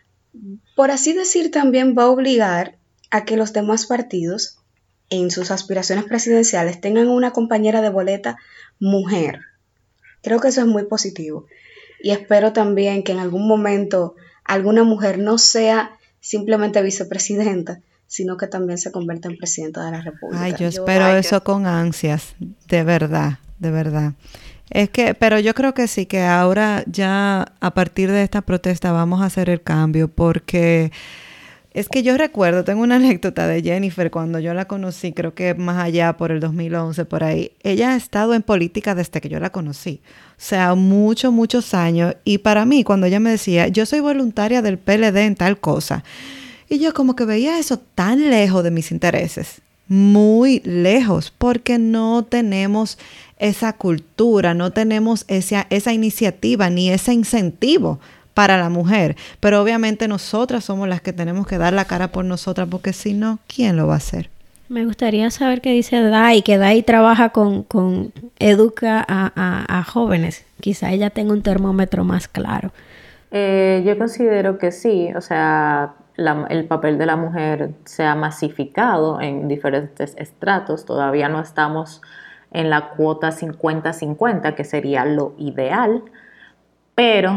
por así decir, también va a obligar a que los demás partidos, en sus aspiraciones presidenciales, tengan una compañera de boleta mujer. Creo que eso es muy positivo. Y espero también que en algún momento alguna mujer no sea simplemente vicepresidenta, sino que también se convierta en presidenta de la República.
Ay, yo espero eso con ansias, de verdad, de verdad. Pero yo creo que sí, que ahora ya a partir de esta protesta vamos a hacer el cambio, porque es que yo recuerdo, tengo una anécdota de Jennifer cuando yo la conocí, creo que más allá por el 2011, por ahí. Ella ha estado en política desde que yo la conocí. O sea, muchos años. Y para mí, cuando ella me decía, yo soy voluntaria del PLD en tal cosa, y yo como que veía eso tan lejos de mis intereses, muy lejos, porque no tenemos esa cultura, no tenemos esa iniciativa ni ese incentivo para la mujer. Pero obviamente nosotras somos las que tenemos que dar la cara por nosotras, porque si no, ¿quién lo va a hacer?
Me gustaría saber qué dice Dai, que Dai trabaja con educa a jóvenes. Quizá ella tenga un termómetro más claro.
Yo considero que sí, o sea, el papel de la mujer se ha masificado en diferentes estratos. Todavía no estamos en la cuota 50-50, que sería lo ideal, pero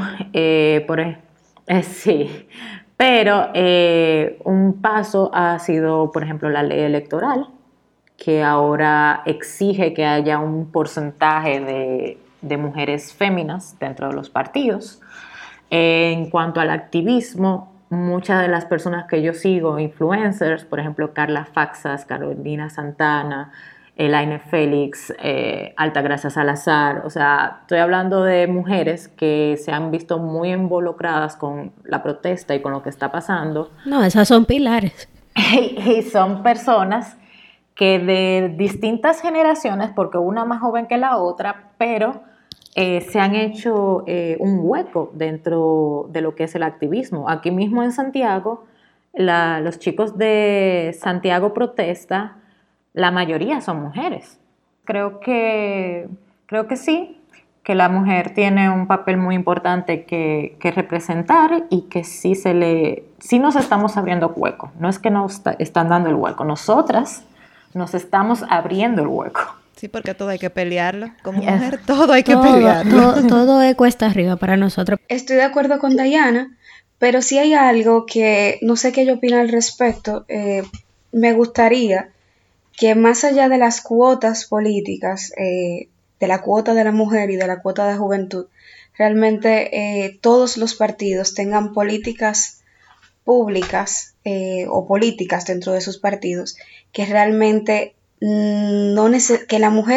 sí. Pero un paso ha sido, por ejemplo, la ley electoral, que ahora exige que haya un porcentaje de mujeres féminas dentro de los partidos. En cuanto al activismo, muchas de las personas que yo sigo, influencers, por ejemplo, Carla Faxas, Carolina Santana, Elaine Félix, Altagracia Salazar, o sea, estoy hablando de mujeres que se han visto muy involucradas con la protesta y con lo que está pasando.
No, esas son pilares.
Y son personas que de distintas generaciones, porque una más joven que la otra, pero se han hecho un hueco dentro de lo que es el activismo. Aquí mismo en Santiago, los chicos de Santiago Protesta, la mayoría son mujeres. Creo que sí, que la mujer tiene un papel muy importante que representar, y que sí nos estamos abriendo hueco. No es que nos están dando el hueco, nosotras nos estamos abriendo el hueco.
Sí, porque todo hay que pelearlo. Como mujer, todo hay que pelearlo.
Todo es cuesta arriba para nosotros.
Estoy de acuerdo con Diana, pero sí hay algo que no sé qué yo opino al respecto. Me gustaría que más allá de las cuotas políticas, de la cuota de la mujer y de la cuota de juventud, realmente todos los partidos tengan políticas públicas o políticas dentro de sus partidos que realmente que la mujer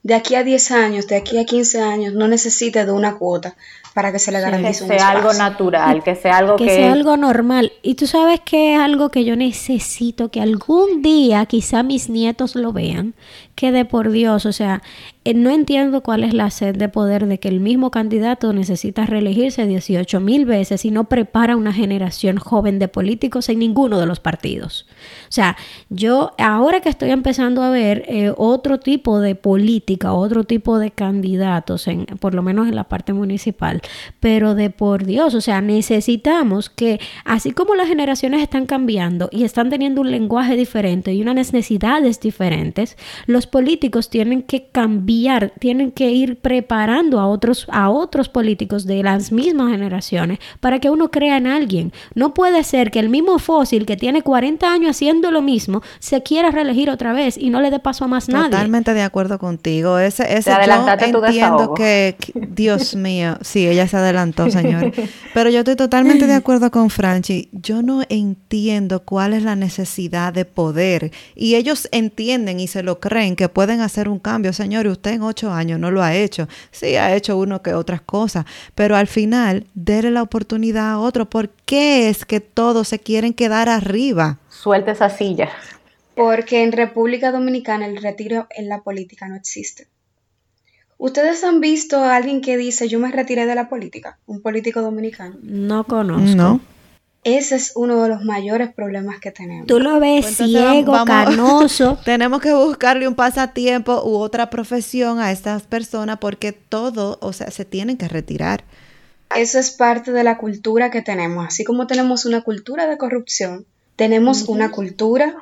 de aquí a 10 años, de aquí a 15 años, no necesite de una cuota para que se le garantice un
Que sea
espacio.
algo natural, que sea algo
que sea algo normal. Y tú sabes que es algo que yo necesito que algún día quizá mis nietos lo vean, que de por Dios, o sea, no entiendo cuál es la sed de poder de que el mismo candidato necesita reelegirse 18,000 veces y no prepara una generación joven de políticos en ninguno de los partidos. O sea, yo ahora que estoy empezando a ver otro tipo de política, otro tipo de candidatos, por lo menos en la parte municipal, pero de por Dios, o sea, necesitamos que así como las generaciones están cambiando y están teniendo un lenguaje diferente y unas necesidades diferentes, los políticos tienen que cambiar, tienen que ir preparando a otros políticos de las mismas generaciones para que uno crea en alguien. No puede ser que el mismo fósil que tiene 40 años haciendo lo mismo se quiera reelegir otra vez y no le dé paso a más nadie.
Totalmente de acuerdo contigo. Ese
Te adelantaste
yo
tu
entiendo
desahogo.
que, Dios mío, sí, ella se adelantó, señor. Pero yo estoy totalmente de acuerdo con Franchi. Yo no entiendo cuál es la necesidad de poder. Y ellos entienden y se lo creen que pueden hacer un cambio. Señor, usted en 8 años no lo ha hecho. Sí, ha hecho uno que otras cosas. Pero al final, déle la oportunidad a otro. ¿Por qué es que todos se quieren quedar arriba?
Suelta esa silla.
Porque en República Dominicana el retiro en la política no existe. ¿Ustedes han visto a alguien que dice yo me retiré de la política? Un político dominicano.
No conozco.
No.
Ese es uno de los mayores problemas que tenemos.
Tú lo ves
Pues entonces
ciego, canoso.
Tenemos que buscarle un pasatiempo u otra profesión a estas personas porque todo, o sea, se tienen que retirar.
Eso es parte de la cultura que tenemos. Así como tenemos una cultura de corrupción, tenemos una cultura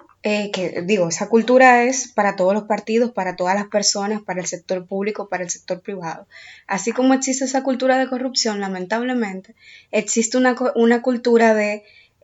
esa cultura es para todos los partidos, para todas las personas, para el sector público, para el sector privado. Así como existe esa cultura de corrupción, lamentablemente, existe una cultura de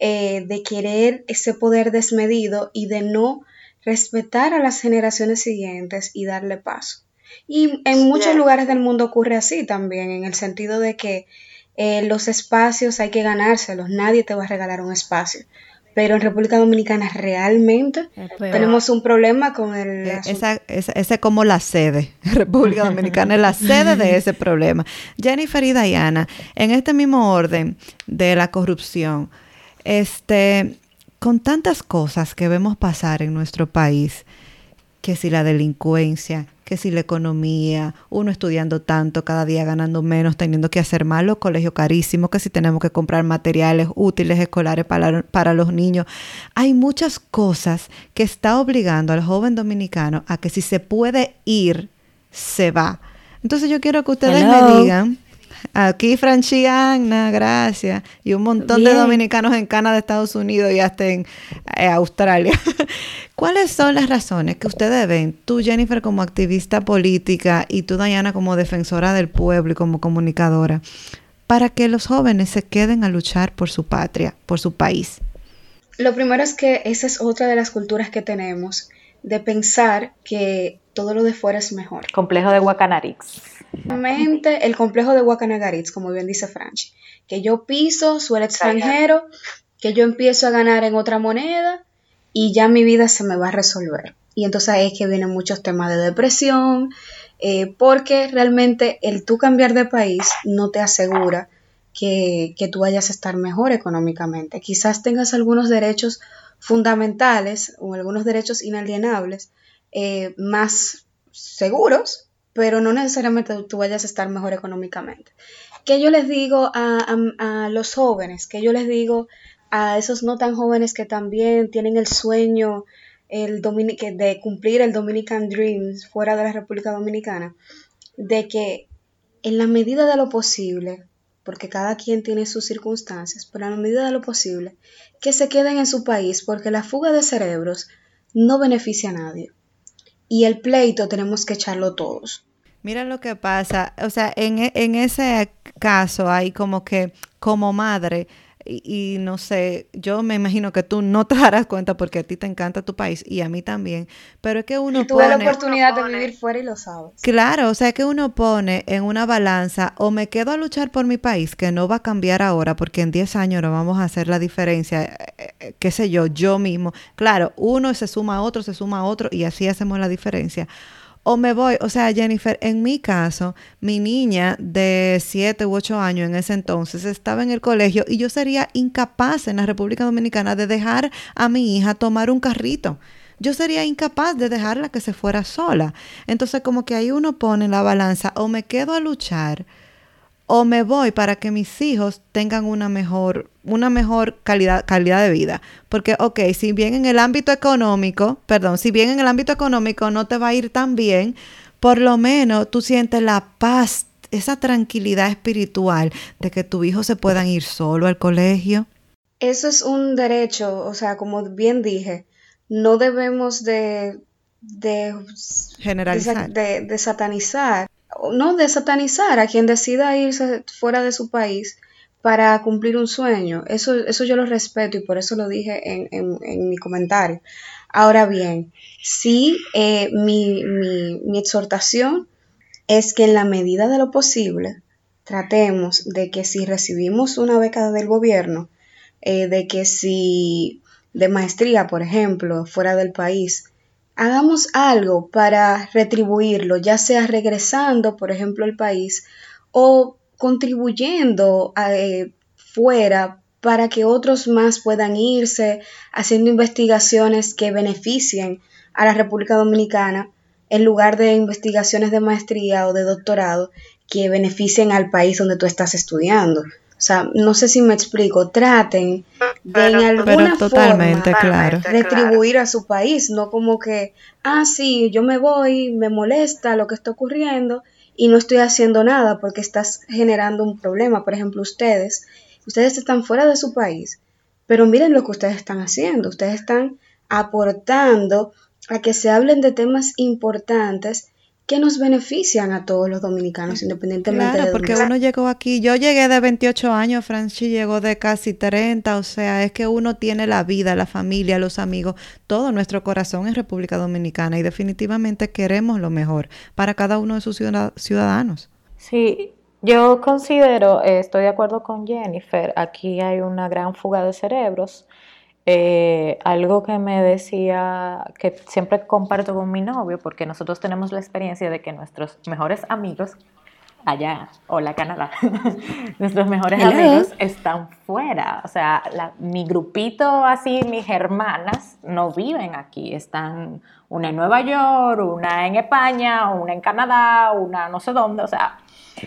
querer ese poder desmedido y de no respetar a las generaciones siguientes y darle paso. Y en muchos lugares del mundo ocurre así también, en el sentido de que los espacios hay que ganárselos, nadie te va a regalar un espacio. Pero en República Dominicana realmente tenemos un problema con el
esa es como la sede. República Dominicana es la sede de ese problema. Jennifer y Diana, en este mismo orden de la corrupción, con tantas cosas que vemos pasar en nuestro país, que si la delincuencia, que si la economía, uno estudiando tanto, cada día ganando menos, teniendo que hacer más, los colegios carísimos, que si tenemos que comprar materiales útiles escolares para los niños. Hay muchas cosas que está obligando al joven dominicano a que si se puede ir, se va. Entonces yo quiero que ustedes me digan, aquí Franchiana, gracias, y un montón de dominicanos en Canadá, Estados Unidos y hasta en Australia. ¿Cuáles son las razones que ustedes ven, tú Jennifer como activista política y tú Diana como defensora del pueblo y como comunicadora, para que los jóvenes se queden a luchar por su patria, por su país?
Lo primero es que esa es otra de las culturas que tenemos, de pensar que todo lo de fuera es mejor.
Complejo de Guacanarix.
Realmente el complejo de Guacanagaritz, como bien dice Franchi, que yo piso suelo extranjero, que yo empiezo a ganar en otra moneda y ya mi vida se me va a resolver. Y entonces ahí es que vienen muchos temas de depresión, porque realmente el tú cambiar de país no te asegura que tú vayas a estar mejor económicamente. Quizás tengas algunos derechos fundamentales o algunos derechos inalienables más seguros, pero no necesariamente tú vayas a estar mejor económicamente. ¿Qué yo les digo a los jóvenes? ¿Qué yo les digo a esos no tan jóvenes que también tienen el sueño de cumplir el Dominican Dream fuera de la República Dominicana? De que en la medida de lo posible, porque cada quien tiene sus circunstancias, pero en la medida de lo posible, que se queden en su país, porque la fuga de cerebros no beneficia a nadie. Y el pleito tenemos que echarlo todos.
Mira lo que pasa, o sea, en ese caso hay como que, como madre, y no sé, yo me imagino que tú no te darás cuenta porque a ti te encanta tu país y a mí también, pero es que uno
y tuve la oportunidad de vivir fuera y lo sabes.
Claro, o sea, que uno pone en una balanza, o me quedo a luchar por mi país, que no va a cambiar ahora porque en 10 años no vamos a hacer la diferencia, qué sé yo mismo. Claro, uno se suma a otro y así hacemos la diferencia. o me voy. O sea, Jennifer, en mi caso, mi niña de 7 u 8 años en ese entonces estaba en el colegio y yo sería incapaz en la República Dominicana de dejar a mi hija tomar un carrito. Yo sería incapaz de dejarla que se fuera sola. Entonces, como que ahí uno pone en la balanza, o me quedo a luchar, o me voy para que mis hijos tengan una mejor calidad de vida. Porque, ok, si bien en el ámbito económico no te va a ir tan bien, por lo menos tú sientes la paz, esa tranquilidad espiritual de que tus hijos se puedan ir solo al colegio.
Eso es un derecho, o sea, como bien dije, no debemos de
generalizar,
de satanizar, no de satanizar a quien decida irse fuera de su país para cumplir un sueño. Eso yo lo respeto y por eso lo dije en mi comentario. Ahora bien, sí, mi exhortación es que en la medida de lo posible tratemos de que si recibimos una beca del gobierno, de que si de maestría, por ejemplo, fuera del país, hagamos algo para retribuirlo, ya sea regresando, por ejemplo, al país o contribuyendo fuera para que otros más puedan irse, haciendo investigaciones que beneficien a la República Dominicana en lugar de investigaciones de maestría o de doctorado que beneficien al país donde tú estás estudiando. O sea, no sé si me explico, traten de en alguna forma
claro,
retribuir a su país, no como que, sí, yo me voy, me molesta lo que está ocurriendo y no estoy haciendo nada porque estás generando un problema. Por ejemplo, ustedes están fuera de su país, pero miren lo que ustedes están haciendo, ustedes están aportando a que se hablen de temas importantes que nos benefician a todos los dominicanos, independientemente de
porque uno llegó aquí, yo llegué de 28 años, Franchi llegó de casi 30, o sea, es que uno tiene la vida, la familia, los amigos, todo nuestro corazón en República Dominicana y definitivamente queremos lo mejor para cada uno de sus ciudadanos.
Sí, yo considero, estoy de acuerdo con Jennifer, aquí hay una gran fuga de cerebros. Algo que me decía, que siempre comparto con mi novio, porque nosotros tenemos la experiencia de que nuestros mejores amigos, allá, hola Canadá, nuestros mejores amigos están fuera, o sea, mi grupito así, mis hermanas no viven aquí, están una en Nueva York, una en España, una en Canadá, una no sé dónde, o sea,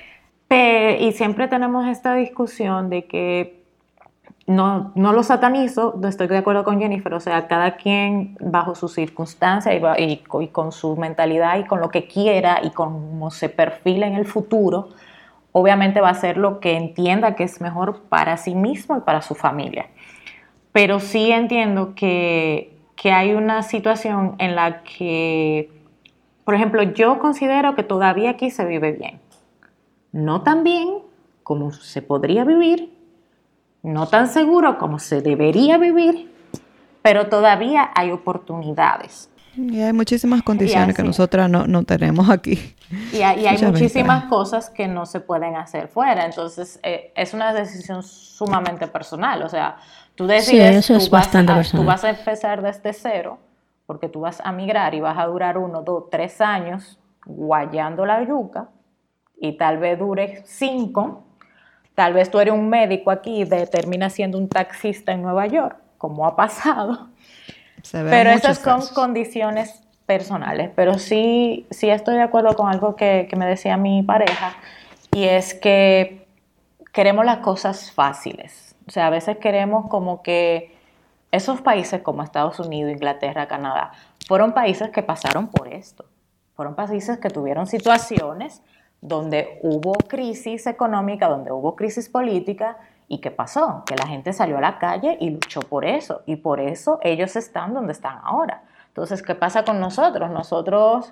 y siempre tenemos esta discusión de que no lo satanizo, no estoy de acuerdo con Jennifer, o sea, cada quien bajo sus circunstancias y con su mentalidad y con lo que quiera y cómo se perfila en el futuro, obviamente va a hacer lo que entienda que es mejor para sí mismo y para su familia. Pero sí entiendo que hay una situación en la que, por ejemplo, yo considero que todavía aquí se vive bien. No tan bien como se podría vivir, no tan seguro como se debería vivir, pero todavía hay oportunidades.
Y hay muchísimas condiciones que nosotras no tenemos aquí.
Y hay muchísimas cosas que no se pueden hacer fuera. Entonces, es una decisión sumamente personal. O sea, tú decides,
sí, tú
vas a empezar desde cero, porque tú vas a migrar y vas a durar 1, 2, 3 años guayando la yuca, y tal vez dure 5. Tal vez tú eres un médico aquí y terminas siendo un taxista en Nueva York, como ha pasado. Pero esas son condiciones personales. Pero sí estoy de acuerdo con algo que me decía mi pareja, y es que queremos las cosas fáciles. O sea, a veces queremos como que esos países como Estados Unidos, Inglaterra, Canadá, fueron países que pasaron por esto. Fueron países que tuvieron situaciones donde hubo crisis económica, donde hubo crisis política, ¿y qué pasó? Que la gente salió a la calle y luchó por eso, y por eso ellos están donde están ahora. Entonces, ¿qué pasa con nosotros? Nosotros,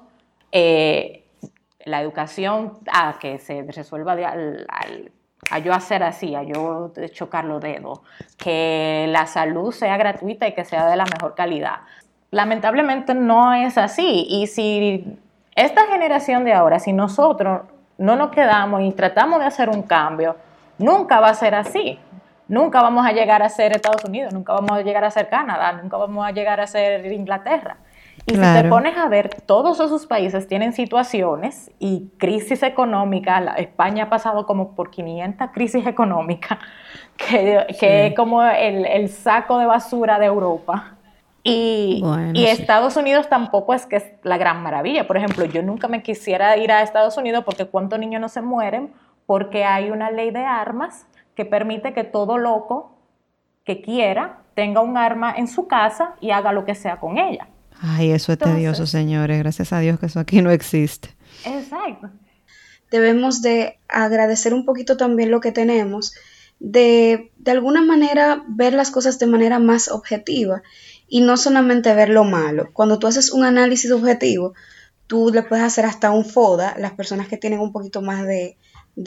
la educación, que se resuelva a yo hacer así, a yo chocar los dedos, que la salud sea gratuita y que sea de la mejor calidad. Lamentablemente no es así, y si esta generación de ahora, si nosotros no nos quedamos y tratamos de hacer un cambio, nunca va a ser así. Nunca vamos a llegar a ser Estados Unidos, nunca vamos a llegar a ser Canadá, nunca vamos a llegar a ser Inglaterra. Y si te pones a ver, todos esos países tienen situaciones y crisis económica. España ha pasado como por 500 crisis económicas, que es como el saco de basura de Europa. Y Estados Unidos tampoco es que es la gran maravilla. Por ejemplo, yo nunca me quisiera ir a Estados Unidos porque ¿cuántos niños no se mueren? Porque hay una ley de armas que permite que todo loco que quiera tenga un arma en su casa y haga lo que sea con ella.
Ay, eso es tedioso, señores. Gracias a Dios que eso aquí no existe.
Exacto.
Debemos de agradecer un poquito también lo que tenemos, de alguna manera ver las cosas de manera más objetiva y no solamente ver lo malo. Cuando tú haces un análisis objetivo, tú le puedes hacer hasta un FODA, las personas que tienen un poquito más de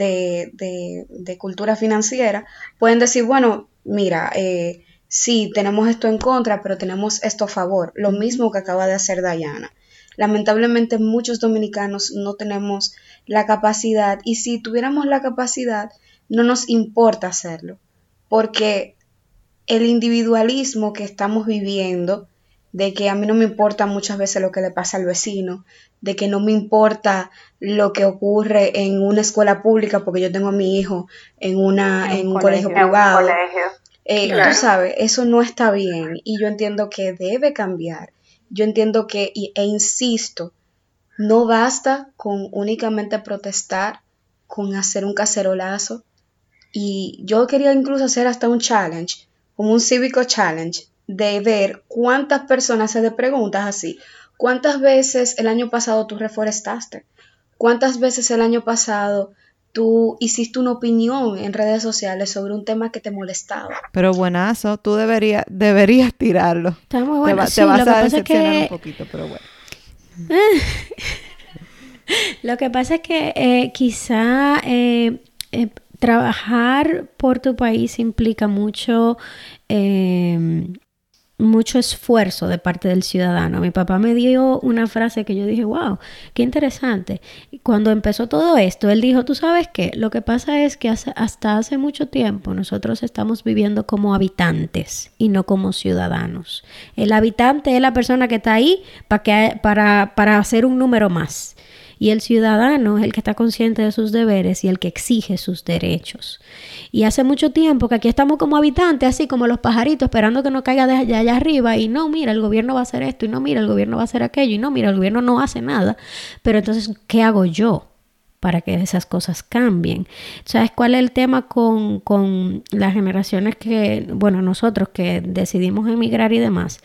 cultura financiera, pueden decir, bueno, mira, sí, tenemos esto en contra, pero tenemos esto a favor. Lo mismo que acaba de hacer Dayana. Lamentablemente muchos dominicanos no tenemos la capacidad, y si tuviéramos la capacidad, no nos importa hacerlo, porque el individualismo que estamos viviendo, de que a mí no me importa muchas veces lo que le pasa al vecino, de que no me importa lo que ocurre en una escuela pública porque yo tengo a mi hijo en un colegio privado. Claro. Tú sabes, eso no está bien y yo entiendo que debe cambiar. Yo entiendo que, e insisto, no basta con únicamente protestar, con hacer un cacerolazo. Y yo quería incluso hacer hasta un challenge, como un cívico challenge, de ver cuántas personas se le preguntas así. ¿Cuántas veces el año pasado tú reforestaste? ¿Cuántas veces el año pasado tú hiciste una opinión en redes sociales sobre un tema que te molestaba?
Pero buenazo, tú deberías tirarlo.
Está muy bueno.
Te vas a decepcionar un poquito, pero bueno.
Lo que pasa es que quizá trabajar por tu país implica mucho esfuerzo de parte del ciudadano. Mi papá me dio una frase que yo dije, wow, qué interesante. Cuando empezó todo esto, él dijo, ¿tú sabes qué? Lo que pasa es que hasta hace mucho tiempo nosotros estamos viviendo como habitantes y no como ciudadanos. El habitante es la persona que está ahí para hacer un número más. Y el ciudadano es el que está consciente de sus deberes y el que exige sus derechos. Y hace mucho tiempo que aquí estamos como habitantes, así como los pajaritos, esperando que nos caiga de allá arriba. Y no, mira, el gobierno va a hacer esto. Y no, mira, el gobierno va a hacer aquello. Y no, mira, el gobierno no hace nada. Pero entonces, ¿qué hago yo para que esas cosas cambien? ¿Sabes cuál es el tema con las generaciones nosotros que decidimos emigrar y demás?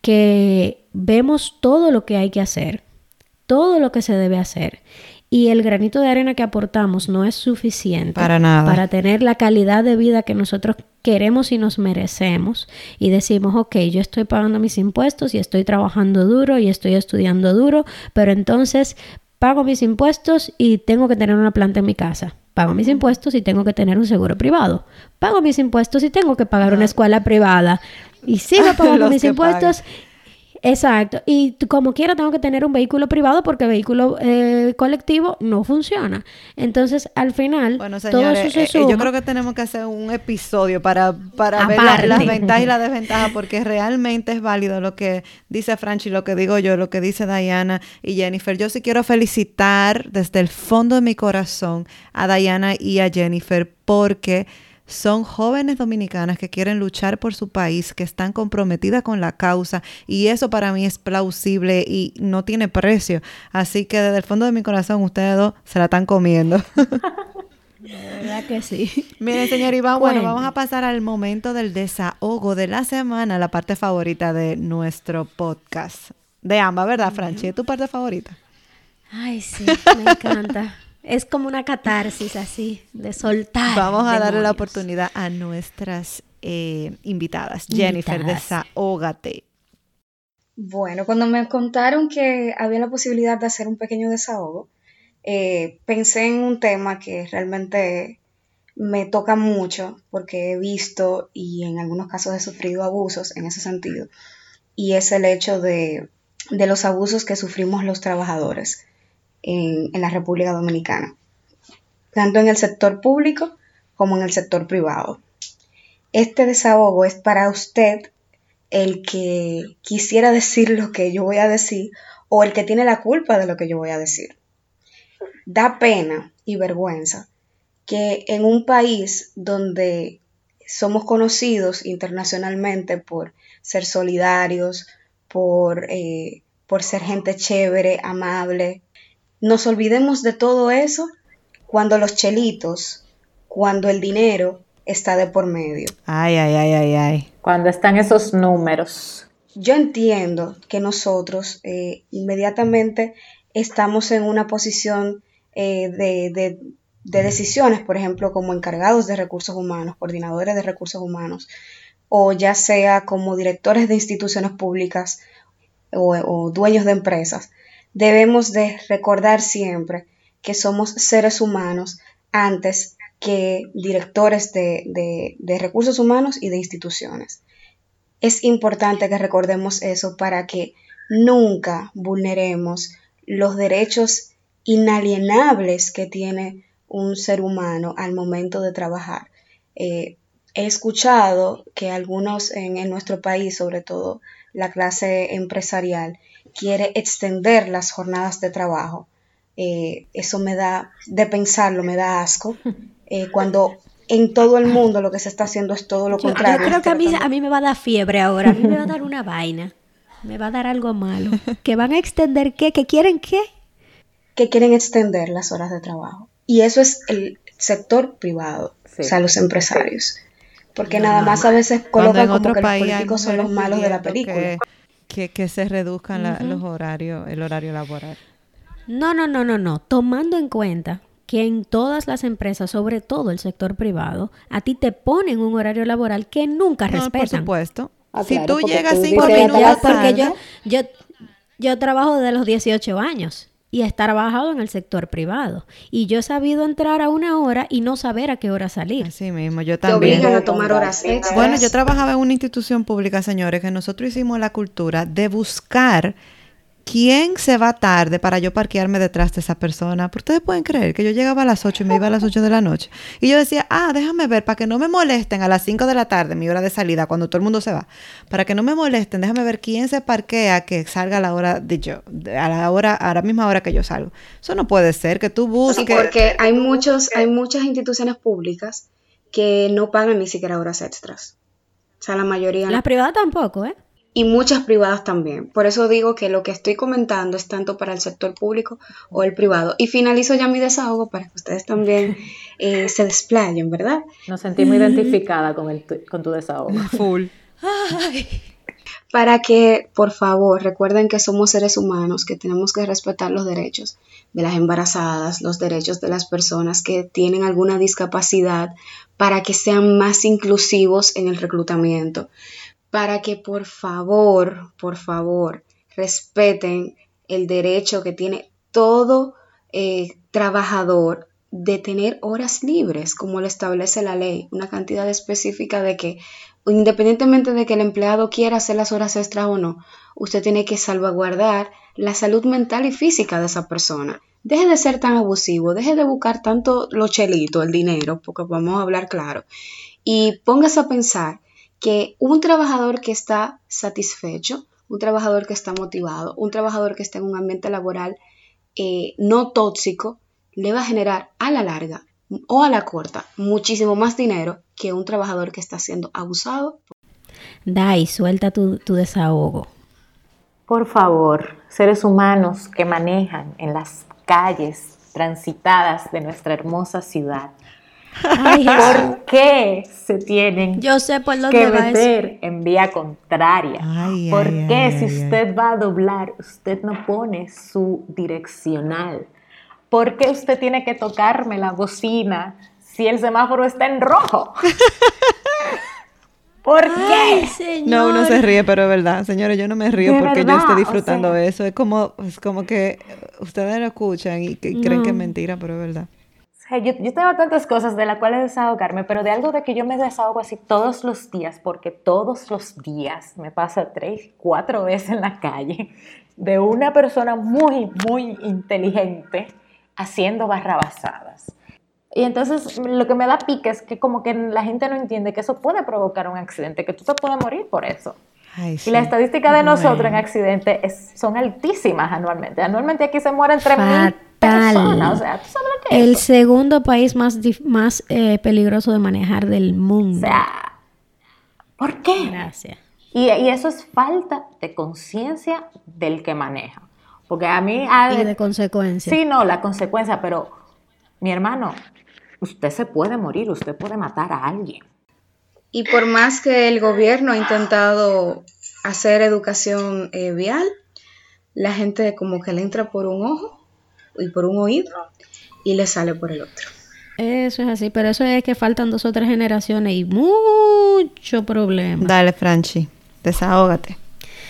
Que vemos todo lo que hay que hacer, todo lo que se debe hacer, y el granito de arena que aportamos no es suficiente
para nada,
para tener la calidad de vida que nosotros queremos y nos merecemos, y decimos, ok, yo estoy pagando mis impuestos y estoy trabajando duro y estoy estudiando duro, pero entonces pago mis impuestos y tengo que tener una planta en mi casa. Pago mis impuestos y tengo que tener un seguro privado. Pago mis impuestos y tengo que pagar una escuela privada. Y sigo pagando mis impuestos. Exacto. Y como quiera tengo que tener un vehículo privado porque el vehículo colectivo no funciona. Entonces, al final,
bueno, señores, todo eso se suma. Yo creo que tenemos que hacer un episodio para ver las ventajas y las desventajas, porque realmente es válido lo que dice Franchi, lo que digo yo, lo que dice Dayana y Jennifer. Yo sí quiero felicitar desde el fondo de mi corazón a Dayana y a Jennifer, porque son jóvenes dominicanas que quieren luchar por su país, que están comprometidas con la causa, y eso para mí es plausible y no tiene precio. Así que desde el fondo de mi corazón ustedes dos se la están comiendo.
De verdad que sí.
Miren, señor Iván, bueno, vamos a pasar al momento del desahogo de la semana, la parte favorita de nuestro podcast. De ambas, ¿verdad, Franchi? ¿Es tu parte favorita?
Ay, sí, me encanta. Es como una catarsis así, de soltar.
Vamos a darle la oportunidad a nuestras invitadas. Jennifer, desahógate.
Bueno, cuando me contaron que había la posibilidad de hacer un pequeño desahogo, pensé en un tema que realmente me toca mucho porque he visto y en algunos casos he sufrido abusos en ese sentido. Y es el hecho de los abusos que sufrimos los trabajadores en la República Dominicana, tanto en el sector público como en el sector privado. Este desahogo es para usted el que quisiera decir lo que yo voy a decir o el que tiene la culpa de lo que yo voy a decir. Da pena y vergüenza que en un país donde somos conocidos internacionalmente por ser solidarios, por ser gente chévere, amable, nos olvidemos de todo eso cuando los chelitos, cuando el dinero está de por medio.
Ay.
Cuando están esos números.
Yo entiendo que nosotros inmediatamente estamos en una posición de decisiones, por ejemplo, como encargados de recursos humanos, coordinadores de recursos humanos, o ya sea como directores de instituciones públicas o dueños de empresas. Debemos de recordar siempre que somos seres humanos antes que directores de recursos humanos y de instituciones. Es importante que recordemos eso para que nunca vulneremos los derechos inalienables que tiene un ser humano al momento de trabajar. He escuchado que algunos en nuestro país, sobre todo la clase empresarial, quiere extender las jornadas de trabajo. Eso me da, de pensarlo, me da asco. Cuando en todo el mundo lo que se está haciendo es todo lo contrario.
Yo creo que a mí me va a dar fiebre ahora, a mí me va a dar una vaina, me va a dar algo malo. ¿Que van a extender qué? ¿Que quieren qué?
Que quieren extender las horas de trabajo. Y eso es el sector privado, sí. O sea, los empresarios. Porque nada más a veces colocan como que los políticos son los malos de la película.
Que se reduzcan los horarios, el horario laboral.
No. Tomando en cuenta que en todas las empresas, sobre todo el sector privado, a ti te ponen un horario laboral que nunca respetan.
Por supuesto. Si
claro,
tú llegas 5
minutos
tarde.
Porque yo trabajo desde los 18 años y he trabajado en el sector privado. Y yo he sabido entrar a una hora y no saber a qué hora salir.
Así mismo, yo también.
Te obligan a tomar horas extras.
Bueno, yo trabajaba en una institución pública, señores, que nosotros hicimos la cultura de buscar quién se va tarde para yo parquearme detrás de esa persona. Pero ustedes pueden creer que yo llegaba a las 8 y me iba a las 8 de la noche. Y yo decía, déjame ver, para que no me molesten a las 5 de la tarde, mi hora de salida, cuando todo el mundo se va. Para que no me molesten, déjame ver quién se parquea que salga a la hora a la misma hora que yo salgo. Eso no puede ser, que tú busques.
Sí, porque hay muchas instituciones públicas que no pagan ni siquiera horas extras. O sea, la mayoría.
Las privadas tampoco, ¿eh?
Y muchas privadas también. Por eso digo que lo que estoy comentando es tanto para el sector público o el privado. Y finalizo ya mi desahogo para que ustedes también se desplayen, ¿verdad?
Nos sentimos identificada con tu desahogo.
Full.
Ay.
Para que, por favor, recuerden que somos seres humanos, que tenemos que respetar los derechos de las embarazadas, los derechos de las personas que tienen alguna discapacidad, para que sean más inclusivos en el reclutamiento. Para que por favor, respeten el derecho que tiene todo trabajador de tener horas libres, como lo establece la ley, una cantidad específica de que, independientemente de que el empleado quiera hacer las horas extras o no, usted tiene que salvaguardar la salud mental y física de esa persona. Deje de ser tan abusivo, deje de buscar tanto los chelitos, el dinero, porque vamos a hablar claro, y póngase a pensar que un trabajador que está satisfecho, un trabajador que está motivado, un trabajador que está en un ambiente laboral no tóxico, le va a generar a la larga o a la corta muchísimo más dinero que un trabajador que está siendo abusado.
Dai, suelta tu desahogo.
Por favor, seres humanos que manejan en las calles transitadas de nuestra hermosa ciudad,
Ay,
¿por qué se tienen
yo sé por dónde
que
va
meter en vía contraria? ¿Por qué si
ay,
usted va a doblar, usted no pone su direccional? ¿Por qué usted tiene que tocarme la bocina si el semáforo está en rojo? ¿Por qué?
Señor.
No, uno se ríe, pero es verdad. Señores, yo no me río
De
porque
verdad,
yo estoy disfrutando
o sea,
eso. Es como que ustedes lo escuchan y creen que es mentira, pero es verdad.
Yo tengo tantas cosas de las cuales desahogarme, pero de algo de que yo me desahogo así todos los días, porque todos los días me pasa 3, 4 veces en la calle de una persona muy, muy inteligente haciendo barrabasadas. Y entonces lo que me da pique es que como que la gente no entiende que eso puede provocar un accidente, que tú te puedes morir por eso.
Ay, sí.
Y la estadística de nosotros en accidentes son altísimas anualmente. Anualmente aquí se mueren 3.000 personas. O sea, ¿tú sabes lo que es
El
eso?
segundo país más peligroso de manejar del mundo.
O sea, ¿por qué?
Gracias.
Y eso es falta de conciencia del que maneja. Porque a mí...
Y de consecuencias.
Sí, no, la consecuencia, pero mi hermano, usted se puede morir, usted puede matar a alguien.
Y por más que el gobierno ha intentado hacer educación vial, la gente como que le entra por un ojo y por un oído y le sale por el otro.
Eso es así, pero eso es que faltan 2 o 3 generaciones y mucho problema.
Dale, Franchi, desahógate.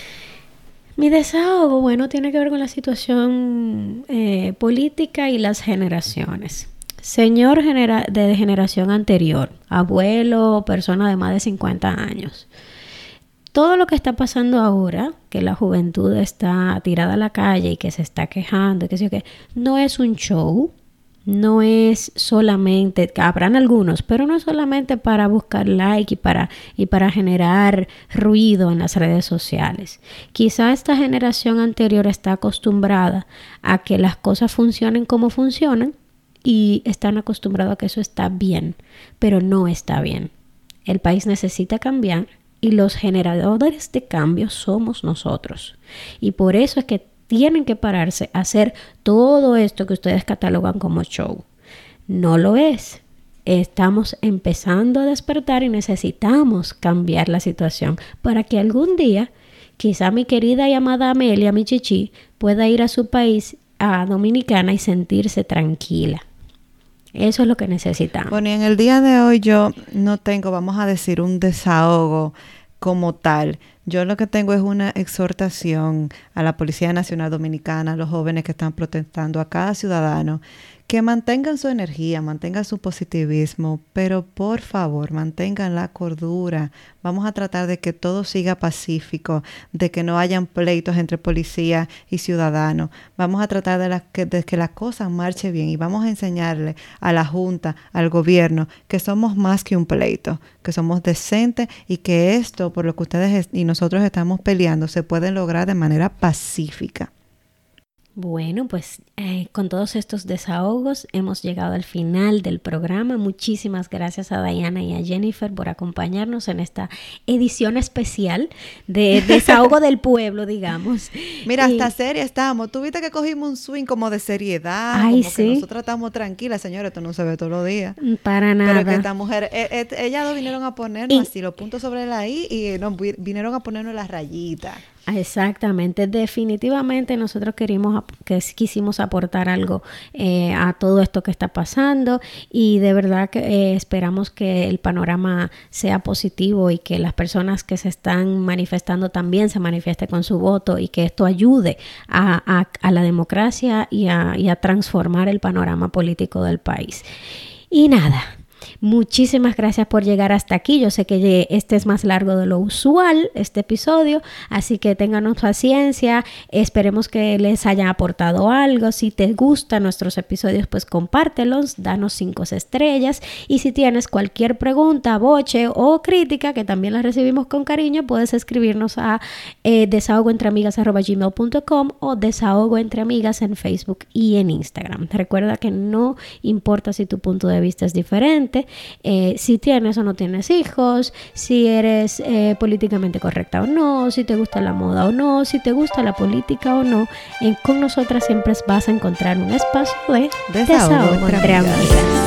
Mi desahogo, bueno, tiene que ver con la situación política y las generaciones. Señor de generación anterior, abuelo, persona de más de 50 años. Todo lo que está pasando ahora, que la juventud está tirada a la calle y que se está quejando, y que sé yo qué, no es un show. No es solamente, habrán algunos, pero no es solamente para buscar like y para generar ruido en las redes sociales. Quizá esta generación anterior está acostumbrada a que las cosas funcionen como funcionan y están acostumbrados a que eso está bien, pero no está bien. El país necesita cambiar y los generadores de cambio somos nosotros. Y por eso es que tienen que pararse a hacer todo esto que ustedes catalogan como show. No lo es. Estamos empezando a despertar y necesitamos cambiar la situación para que algún día, quizá mi querida y amada Amelia, mi chichi, pueda ir a su país, a Dominicana, y sentirse tranquila. Eso es lo que necesitamos.
Bueno, y en el día de hoy yo no tengo, vamos a decir, un desahogo como tal. Yo lo que tengo es una exhortación a la Policía Nacional Dominicana, a los jóvenes que están protestando, a cada ciudadano, que mantengan su energía, mantengan su positivismo, pero por favor mantengan la cordura. Vamos a tratar de que todo siga pacífico, de que no hayan pleitos entre policía y ciudadanos. Vamos a tratar de que las cosas marchen bien y vamos a enseñarle a la Junta, al gobierno, que somos más que un pleito, que somos decentes y que esto, por lo que ustedes y nosotros estamos peleando, se puede lograr de manera pacífica.
Bueno, pues con todos estos desahogos hemos llegado al final del programa. Muchísimas gracias a Diana y a Jennifer por acompañarnos en esta edición especial de Desahogo del Pueblo, digamos.
Mira, hasta seria estamos. Tú viste que cogimos un swing como de seriedad.
Ay,
como
sí.
que nosotros estamos tranquilas, señores. Esto no se ve todos los días.
Para nada.
Pero que esta mujer, ellas dos vinieron a ponernos así los puntos sobre la I y vinieron a ponernos las rayitas.
Exactamente, definitivamente nosotros quisimos aportar algo a todo esto que está pasando y de verdad que esperamos que el panorama sea positivo y que las personas que se están manifestando también se manifiesten con su voto y que esto ayude a la democracia y a transformar el panorama político del país. Y nada. Muchísimas gracias por llegar hasta aquí. Yo sé que este es más largo de lo usual, este episodio, así que ténganos paciencia. Esperemos que les haya aportado algo. Si te gustan nuestros episodios, pues compártelos, danos 5 estrellas. Y si tienes cualquier pregunta, boche o crítica, que también las recibimos con cariño, puedes escribirnos a desahogoentreamigas@gmail.com o desahogoentreamigas en Facebook y en Instagram. Recuerda que no importa si tu punto de vista es diferente. Si tienes o no tienes hijos, si eres políticamente correcta o no, si te gusta la moda o no, si te gusta la política o no, con nosotras siempre vas a encontrar un espacio de desahogo entre amigas.